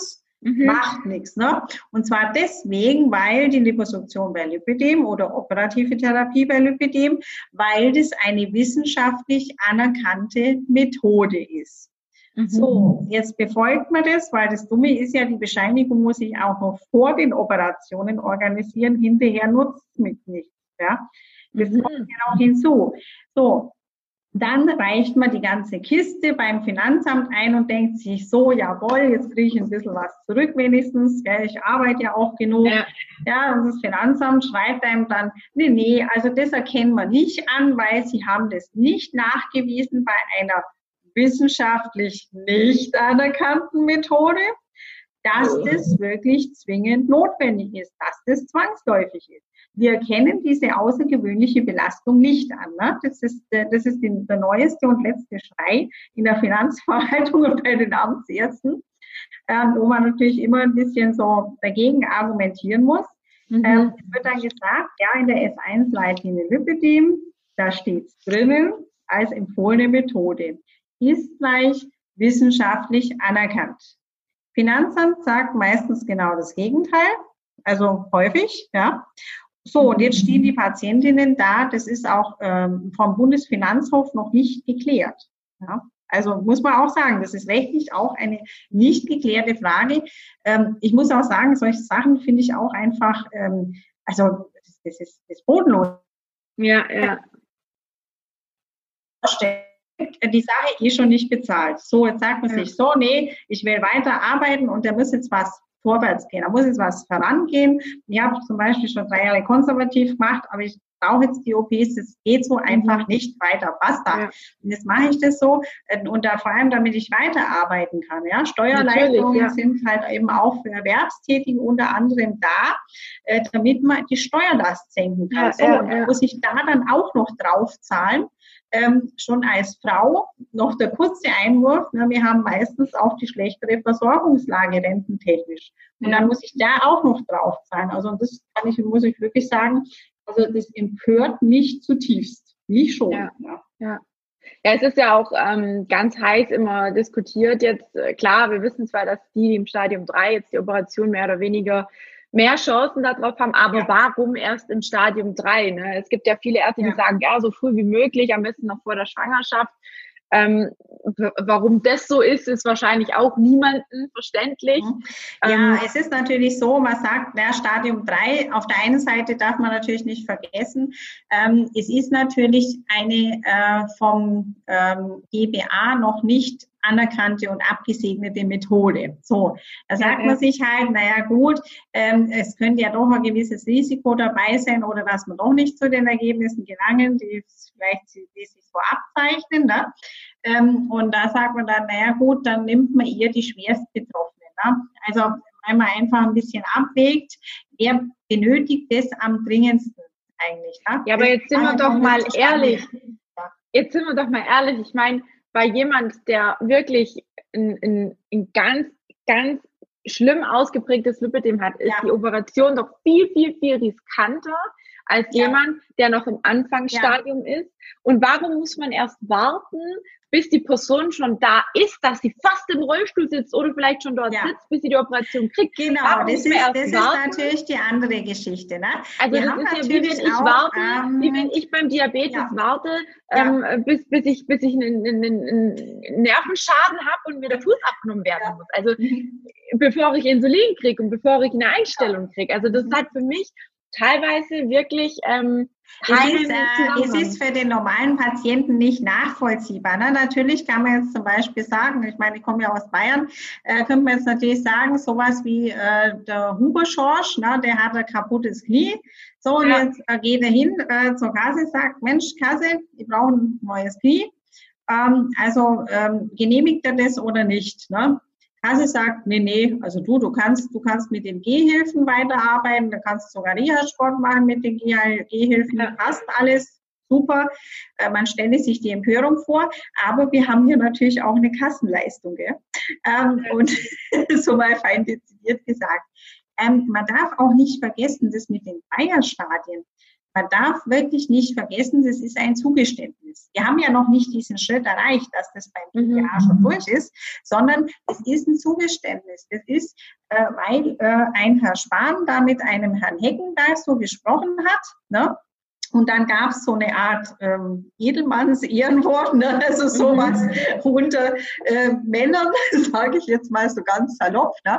S2: Macht nichts, ne? Und zwar deswegen, weil die Liposuktion bei Lipödem oder operative Therapie bei Lipödem, weil das eine wissenschaftlich anerkannte Methode ist. So, jetzt befolgt man das, weil das Dumme ist ja, die Bescheinigung muss ich auch noch vor den Operationen organisieren, hinterher nutzt es mich nicht, ja? Das kommt ja noch hinzu. So. Dann reicht man die ganze Kiste beim Finanzamt ein und denkt sich so, jawohl, jetzt kriege ich ein bisschen was zurück wenigstens, gell, ich arbeite ja auch genug. Ja, und das Finanzamt schreibt einem dann, nee, also das erkennen wir nicht an, weil sie haben das nicht nachgewiesen bei einer wissenschaftlich nicht anerkannten Methode, dass das wirklich zwingend notwendig ist, dass das zwangsläufig ist. Wir erkennen diese außergewöhnliche Belastung nicht an. Ne? Das ist der neueste und letzte Schrei in der Finanzverwaltung und bei den Amtsärzten, wo man natürlich immer ein bisschen so dagegen argumentieren muss. Es wird dann gesagt, ja, in der S1-Leitlinie Lipödem, da steht es drinnen, als empfohlene Methode, ist gleich wissenschaftlich anerkannt. Finanzamt sagt meistens genau das Gegenteil, also häufig, ja. So, und jetzt stehen die Patientinnen da, das ist auch vom Bundesfinanzhof noch nicht geklärt. Ja? Also muss man auch sagen, das ist rechtlich auch eine nicht geklärte Frage. Ich muss auch sagen, solche Sachen finde ich auch einfach, also das ist bodenlos.
S1: Ja.
S2: Die Sache schon nicht bezahlt. So, jetzt sagt man sich so, nee, ich will weiter arbeiten und da muss jetzt was vorwärts gehen, da muss jetzt was vorangehen. Ich habe zum Beispiel schon 3 Jahre konservativ gemacht, aber ich brauche jetzt die OPs, das geht so einfach nicht weiter, basta. Ja. Und jetzt mache ich das so und da vor allem, damit ich weiterarbeiten kann. Ja? Steuerleistungen sind halt eben auch für Erwerbstätige unter anderem da, damit man die Steuerlast senken kann. Und muss ich da dann auch noch drauf zahlen. Schon als Frau, noch der kurze Einwurf, wir haben meistens auch die schlechtere Versorgungslage rententechnisch. Und dann muss ich da auch noch drauf zahlen. Also das muss ich wirklich sagen, also das empört mich zutiefst. Mich schon.
S1: Ja, es ist ja auch ganz heiß immer diskutiert jetzt. Klar, wir wissen zwar, dass die im Stadium 3 jetzt die Operation mehr oder weniger mehr Chancen darauf haben, aber warum erst im Stadium 3? Ne? Es gibt ja viele Ärzte, die sagen, ja, so früh wie möglich, am besten noch vor der Schwangerschaft. Warum das so ist, ist wahrscheinlich auch niemandem verständlich.
S2: Ja, es ist natürlich so, man sagt, Stadium 3, auf der einen Seite darf man natürlich nicht vergessen, es ist natürlich eine vom GBA noch nicht anerkannte und abgesegnete Methode. So, da sagt man sich halt, naja gut, es könnte ja doch ein gewisses Risiko dabei sein oder dass man doch nicht zu den Ergebnissen gelangen, die sich so abzeichnen. Ne? Und da sagt man dann, naja gut, dann nimmt man eher die Schwerstbetroffenen. Ne? Also wenn man einfach ein bisschen abwägt, wer benötigt das am dringendsten eigentlich. Ne?
S1: Ja, aber jetzt sind wir doch mal ehrlich. Jetzt sind wir doch mal ehrlich, ich meine, bei jemand, der wirklich ein ganz, ganz schlimm ausgeprägtes Lipödem hat, ist die Operation doch viel, viel, viel riskanter als jemand, der noch im Anfangsstadium ist. Und warum muss man erst warten, bis die Person schon da ist, dass sie fast im Rollstuhl sitzt oder vielleicht schon dort sitzt, bis sie die Operation kriegt?
S2: Genau, das ist natürlich die andere Geschichte. Ne?
S1: Also das ist ja, wie wenn ich warte, wie wenn ich beim Diabetes warte, bis ich einen Nervenschaden habe und mir der Fuß abgenommen werden muss. Also bevor ich Insulin kriege und bevor ich eine Einstellung kriege. Also das hat für mich teilweise wirklich
S2: es ist für den normalen Patienten nicht nachvollziehbar. Ne? Natürlich kann man jetzt zum Beispiel sagen, ich meine, ich komme ja aus Bayern, könnte man jetzt natürlich sagen, sowas wie der Huber Schorsch, ne, der hat ein kaputtes Knie. So, und jetzt geht er hin zur Kasse, sagt, Mensch, Kasse, ich brauche ein neues Knie. Genehmigt er das oder nicht? Ne? Kasse sagt, nee, also du kannst mit den Gehhilfen weiterarbeiten, du kannst sogar Reha-Sport machen mit den Gehhilfen, passt alles, super. Man stelle sich die Empörung vor, aber wir haben hier natürlich auch eine Kassenleistung, gell? Und so mal fein dezidiert gesagt. Man darf auch nicht vergessen, das mit den Bayer-Stadien. man darf wirklich nicht vergessen, das ist ein Zugeständnis. Wir haben ja noch nicht diesen Schritt erreicht, dass das beim BGA schon durch ist, sondern es ist ein Zugeständnis. Das ist, weil ein Herr Spahn da mit einem Herrn Heckenberg so gesprochen hat, ne? Und dann gab es so eine Art Edelmanns-Ehrenwort, ne? Also sowas unter Männern, sage ich jetzt mal so ganz salopp, ne?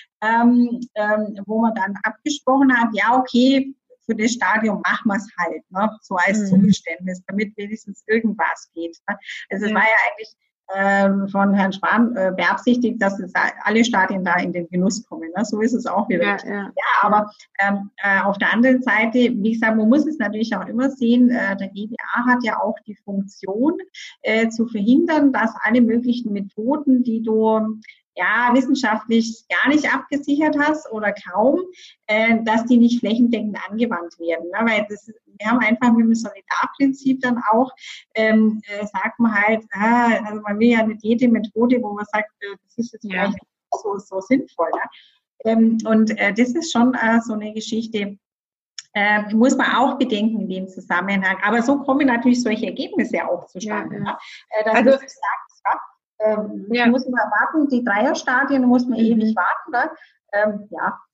S2: Wo man dann abgesprochen hat, ja okay, für das Stadion machen wir es halt, ne? So als Zugeständnis, damit wenigstens irgendwas geht. Ne? Also es war ja eigentlich von Herrn Spahn beabsichtigt, dass alle Stadien da in den Genuss kommen. Ne? So ist es auch wieder. Ja, aber auf der anderen Seite, wie gesagt, man muss es natürlich auch immer sehen, der GBA hat ja auch die Funktion zu verhindern, dass alle möglichen Methoden, die du wissenschaftlich gar nicht abgesichert hast oder kaum, dass die nicht flächendeckend angewandt werden. Ne? Weil wir haben einfach mit dem Solidarprinzip dann auch, sagt man halt, also man will ja nicht jede Methode, wo man sagt, das ist jetzt vielleicht so sinnvoll. Ne? Und das ist schon so eine Geschichte, muss man auch bedenken in dem Zusammenhang. Aber so kommen natürlich solche Ergebnisse auch zustande. Ne? Dass du sagst, muss man warten, die Dreierstadien muss man ewig warten. Ne?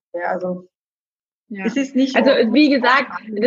S2: Es ist nicht.
S1: Also wie gesagt,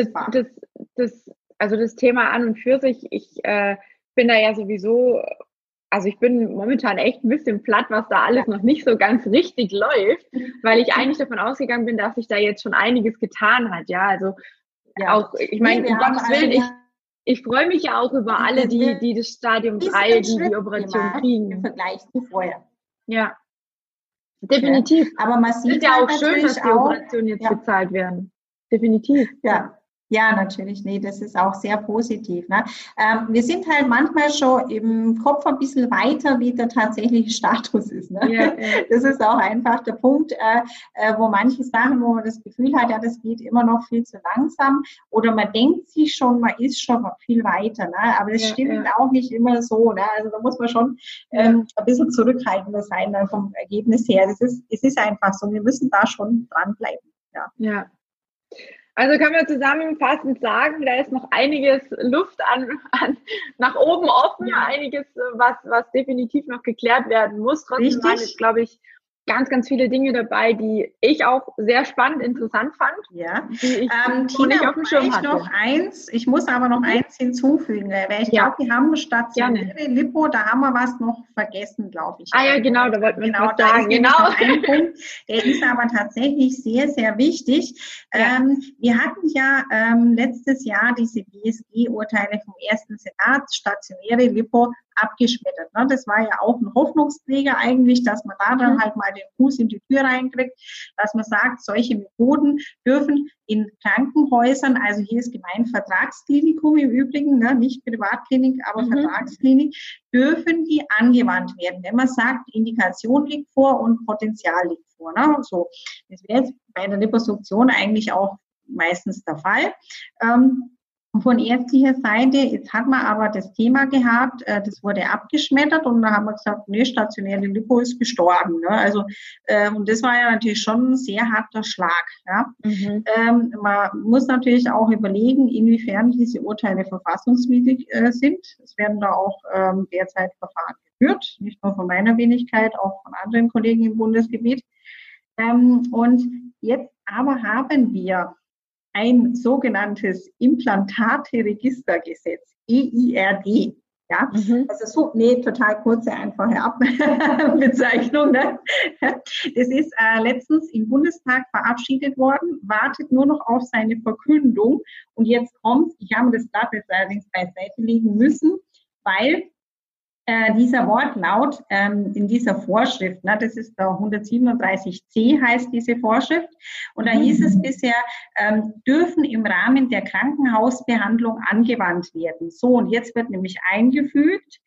S1: das Thema an und für sich, ich bin da ja sowieso, also ich bin momentan echt ein bisschen platt, was da alles noch nicht so ganz richtig läuft, weil ich eigentlich davon ausgegangen bin, dass sich da jetzt schon einiges getan hat. Ja, also auch, ich meine, um Gottes Willen, ich freue mich ja auch über alle, die das Stadium 3, die Operation kriegen.
S2: Im Vergleich zu vorher.
S1: Ja, definitiv.
S2: Ja. Aber man sieht
S1: ja auch schön, dass die Operationen jetzt bezahlt werden. Definitiv.
S2: Ja, natürlich. Nee, das ist auch sehr positiv. Ne? Wir sind halt manchmal schon im Kopf ein bisschen weiter, wie der tatsächliche Status ist. Ne? Ja. Das ist auch einfach der Punkt, wo manche Sachen, wo man das Gefühl hat, ja, das geht immer noch viel zu langsam. Oder man denkt sich schon, man ist schon viel weiter. Ne? Aber das stimmt auch nicht immer so. Ne? Also da muss man schon ein bisschen zurückhaltender sein dann vom Ergebnis her. Es ist einfach so, wir müssen da schon dranbleiben.
S1: Ja. Also kann man zusammenfassend sagen, da ist noch einiges Luft nach oben offen, einiges, was definitiv noch geklärt werden muss. Trotzdem waren jetzt, glaube ich, ganz, ganz viele Dinge dabei, die ich auch sehr spannend, interessant fand.
S2: Ja.
S1: Die ich nicht auf dem Schirm hatte.
S2: Ich muss aber noch eins hinzufügen, weil ich glaube, wir haben stationäre Lipo, da haben wir was noch vergessen, glaube ich.
S1: Ja, genau, da wollten wir was sagen.
S2: Ein Punkt, der ist aber tatsächlich sehr, sehr wichtig. Wir hatten ja letztes Jahr diese BSG-Urteile vom ersten Senat, stationäre Lipo, abgeschmettert. Ne? Das war ja auch ein Hoffnungsträger eigentlich, dass man da dann halt mal den Fuß in die Tür reinkriegt, dass man sagt, solche Methoden dürfen in Krankenhäusern, also hier ist gemeint Vertragsklinikum im Übrigen, ne? Nicht Privatklinik, aber Vertragsklinik, dürfen die angewandt werden, wenn man sagt, Indikation liegt vor und Potenzial liegt vor. Ne? So, das wäre jetzt bei der Liposuktion eigentlich auch meistens der Fall. Von ärztlicher Seite, jetzt hat man aber das Thema gehabt, das wurde abgeschmettert und da haben wir gesagt, nee, stationäre Lipo ist gestorben. Ne? Also, und das war ja natürlich schon ein sehr harter Schlag. Ja? Man muss natürlich auch überlegen, inwiefern diese Urteile verfassungswidrig sind. Es werden da auch derzeit Verfahren geführt, nicht nur von meiner Wenigkeit, auch von anderen Kollegen im Bundesgebiet. Und jetzt aber haben wir ein sogenanntes Implantate-Registergesetz, EIRG. Ja, also total kurze, einfache Bezeichnung. Ne? Das ist letztens im Bundestag verabschiedet worden, wartet nur noch auf seine Verkündung. Und jetzt kommt, ich habe das Blatt jetzt allerdings beiseite legen müssen, weil dieser Wortlaut in dieser Vorschrift, ne, das ist der 137c heißt diese Vorschrift, und da hieß es bisher, dürfen im Rahmen der Krankenhausbehandlung angewandt werden. So, und jetzt wird nämlich eingefügt,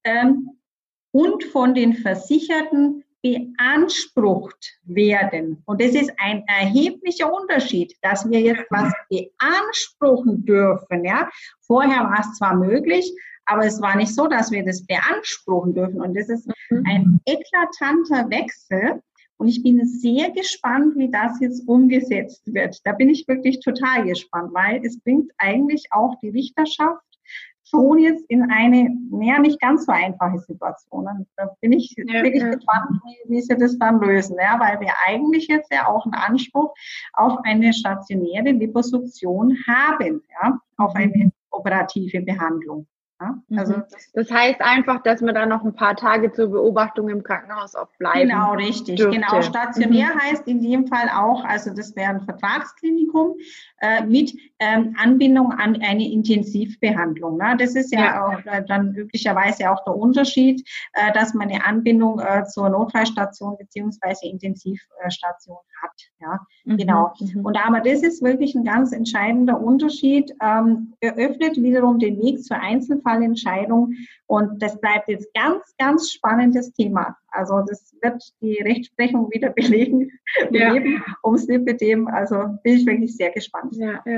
S2: und von den Versicherten beansprucht werden. Und das ist ein erheblicher Unterschied, dass wir jetzt was beanspruchen dürfen. Ja? Vorher war es zwar möglich, aber es war nicht so, dass wir das beanspruchen dürfen. Und das ist ein eklatanter Wechsel. Und ich bin sehr gespannt, wie das jetzt umgesetzt wird. Da bin ich wirklich total gespannt, weil es bringt eigentlich auch die Richterschaft schon jetzt in eine, nicht ganz so einfache Situation. Und da bin ich wirklich gespannt, wie sie das dann lösen, weil wir eigentlich jetzt ja auch einen Anspruch auf eine stationäre Liposuktion haben, auf eine operative Behandlung. Ja, also
S1: das heißt einfach, dass man da noch ein paar Tage zur Beobachtung im Krankenhaus auch bleiben.
S2: Genau, richtig. Dürfte. Genau, stationär heißt in dem Fall auch, also das wäre ein Vertragsklinikum mit Anbindung an eine Intensivbehandlung. Ne? Das ist ja auch dann üblicherweise auch der Unterschied, dass man eine Anbindung zur Notfallstation beziehungsweise Intensivstation hat. Ja, genau. Und aber das ist wirklich ein ganz entscheidender Unterschied. Eröffnet wiederum den Weg zur Einzelfallentscheidung. Und das bleibt jetzt ganz spannendes Thema. Also das wird die Rechtsprechung wieder beleben ums Lipödem. Also bin ich wirklich sehr gespannt.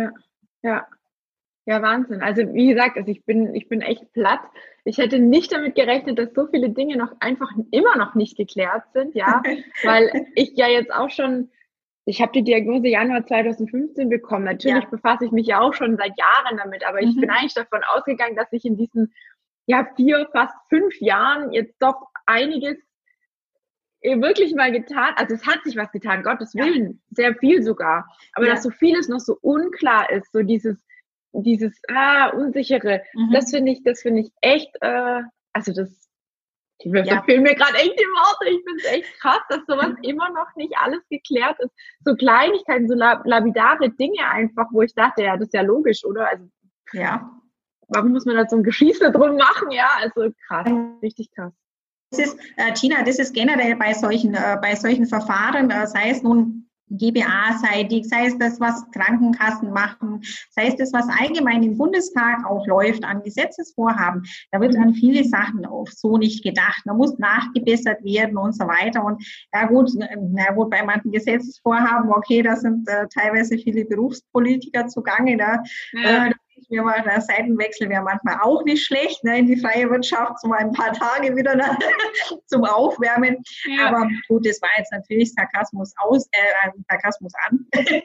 S1: Ja, Wahnsinn. Also wie gesagt, ich bin echt platt. Ich hätte nicht damit gerechnet, dass so viele Dinge noch einfach immer noch nicht geklärt sind, weil ich ja jetzt auch schon, ich habe die Diagnose Januar 2015 bekommen. Natürlich befasse ich mich ja auch schon seit Jahren damit, aber ich bin eigentlich davon ausgegangen, dass ich in diesen 4, fast 5 Jahren jetzt doch einiges wirklich mal getan, also es hat sich was getan, Gottes Willen, sehr viel sogar, aber dass so vieles noch so unklar ist, so dieses Unsichere, das finde ich echt, da fehlen mir gerade echt die Worte, ich finde es echt krass, dass sowas immer noch nicht alles geklärt ist, so Kleinigkeiten, so lapidare Dinge einfach, wo ich dachte, das ist ja logisch, oder? Also, warum muss man da so ein Geschieße drum machen? Ja, also krass, richtig krass.
S2: Das ist, Tina, das ist generell bei solchen Verfahren, sei es nun GBA-seitig, sei es das, was Krankenkassen machen, sei es das, was allgemein im Bundestag auch läuft an Gesetzesvorhaben. Da wird an viele Sachen auch so nicht gedacht. Da muss nachgebessert werden und so weiter. Und bei manchen Gesetzesvorhaben, da sind teilweise viele Berufspolitiker zugange. Der Seitenwechsel wäre manchmal auch nicht schlecht, in die freie Wirtschaft, so mal ein paar Tage wieder zum Aufwärmen. Ja. Aber gut, das war jetzt natürlich Sarkasmus an.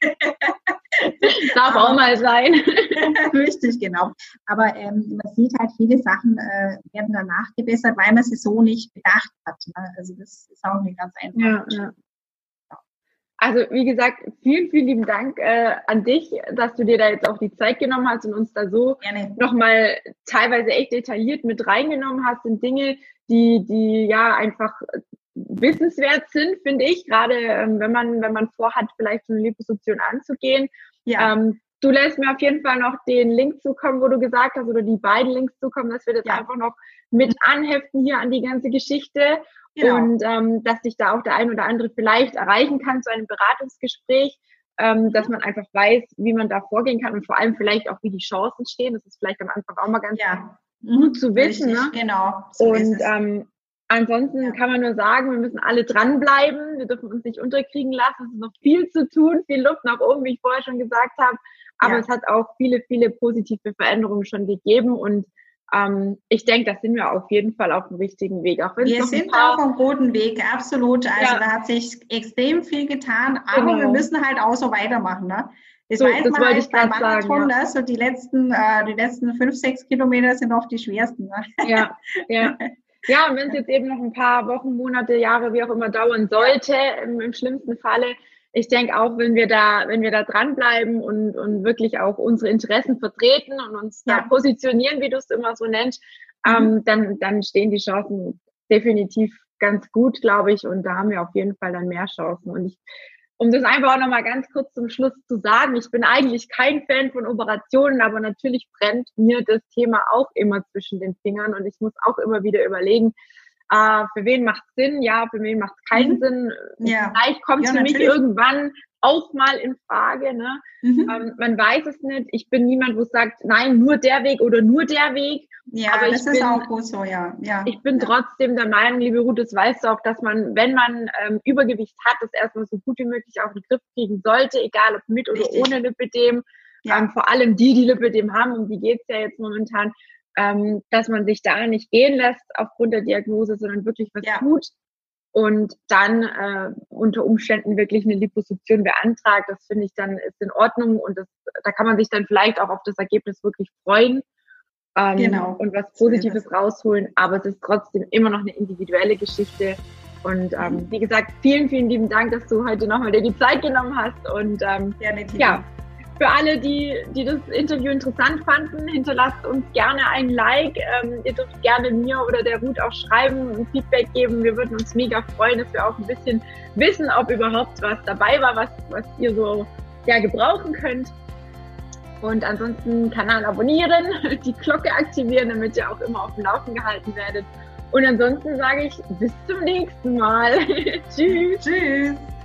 S1: Darf auch mal sein.
S2: Richtig, genau. Aber man sieht halt, viele Sachen werden danach gebessert, weil man sie so nicht bedacht hat. Ne? Also das ist auch eine ganz einfache Geschichte.
S1: Also wie gesagt, vielen, vielen lieben Dank an dich, dass du dir da jetzt auch die Zeit genommen hast und uns da so nochmal teilweise echt detailliert mit reingenommen hast in Dinge, die einfach wissenswert sind, finde ich, gerade wenn man vorhat, vielleicht so eine Liposuktion anzugehen. Ja. Du lässt mir auf jeden Fall noch den Link zukommen, wo du gesagt hast, oder die beiden Links zukommen, dass wir das einfach noch mit anheften hier an die ganze Geschichte. Genau. Und dass sich da auch der ein oder andere vielleicht erreichen kann zu einem Beratungsgespräch, dass man einfach weiß, wie man da vorgehen kann und vor allem vielleicht auch, wie die Chancen stehen. Das ist vielleicht am Anfang auch mal ganz gut zu wissen. Richtig, ne?
S2: Genau.
S1: So und ansonsten kann man nur sagen, wir müssen alle dranbleiben. Wir dürfen uns nicht unterkriegen lassen. Es ist noch viel zu tun, viel Luft nach oben, wie ich vorher schon gesagt habe. Aber es hat auch viele, viele positive Veränderungen schon gegeben und ich denke, da sind wir auf jeden Fall auf dem richtigen Weg. Auch
S2: wir sind auf einem guten Weg, absolut. Also da hat sich extrem viel getan, aber wir müssen halt auch so weitermachen. Ne? Das weiß man halt beim Marathon, ne? So die letzten 5, 6 Kilometer sind oft die schwersten. Ne?
S1: Ja. Ja, und wenn es jetzt eben noch ein paar Wochen, Monate, Jahre, wie auch immer dauern sollte, im schlimmsten Falle, ich denke auch, wenn wir da dranbleiben und wirklich auch unsere Interessen vertreten und uns da positionieren, wie du es immer so nennst, dann stehen die Chancen definitiv ganz gut, glaube ich. Und da haben wir auf jeden Fall dann mehr Chancen. Und um das einfach auch nochmal ganz kurz zum Schluss zu sagen, ich bin eigentlich kein Fan von Operationen, aber natürlich brennt mir das Thema auch immer zwischen den Fingern und ich muss auch immer wieder überlegen, für wen macht es Sinn, für wen macht es keinen Sinn. Vielleicht kommt es für mich irgendwann auch mal in Frage. Ne? Man weiß es nicht. Ich bin niemand, wo es sagt, nein, nur der Weg oder nur der Weg.
S2: Ja, aber das ist auch gut so, ja.
S1: Ich bin trotzdem der Meinung, liebe Ruth, das weißt du auch, dass man, wenn man Übergewicht hat, das erstmal so gut wie möglich auch in den Griff kriegen sollte, egal ob mit oder ohne Lipödem. Vor allem die Lipödem haben, um die geht es ja jetzt momentan, dass man sich da nicht gehen lässt aufgrund der Diagnose, sondern wirklich was tut, und dann unter Umständen wirklich eine Liposuktion beantragt. Das finde ich dann ist in Ordnung und da kann man sich dann vielleicht auch auf das Ergebnis wirklich freuen
S2: Genau.
S1: und was Positives rausholen, aber es ist trotzdem immer noch eine individuelle Geschichte. Und wie gesagt, vielen, vielen lieben Dank, dass du heute nochmal dir die Zeit genommen hast. Und ja, für alle, die das Interview interessant fanden, hinterlasst uns gerne ein Like. Ihr dürft gerne mir oder der Ruth auch schreiben und Feedback geben. Wir würden uns mega freuen, dass wir auch ein bisschen wissen, ob überhaupt was dabei war, was ihr so gebrauchen könnt. Und ansonsten Kanal abonnieren, die Glocke aktivieren, damit ihr auch immer auf dem Laufen gehalten werdet. Und ansonsten sage ich bis zum nächsten Mal. Tschüss.
S2: Tschüss.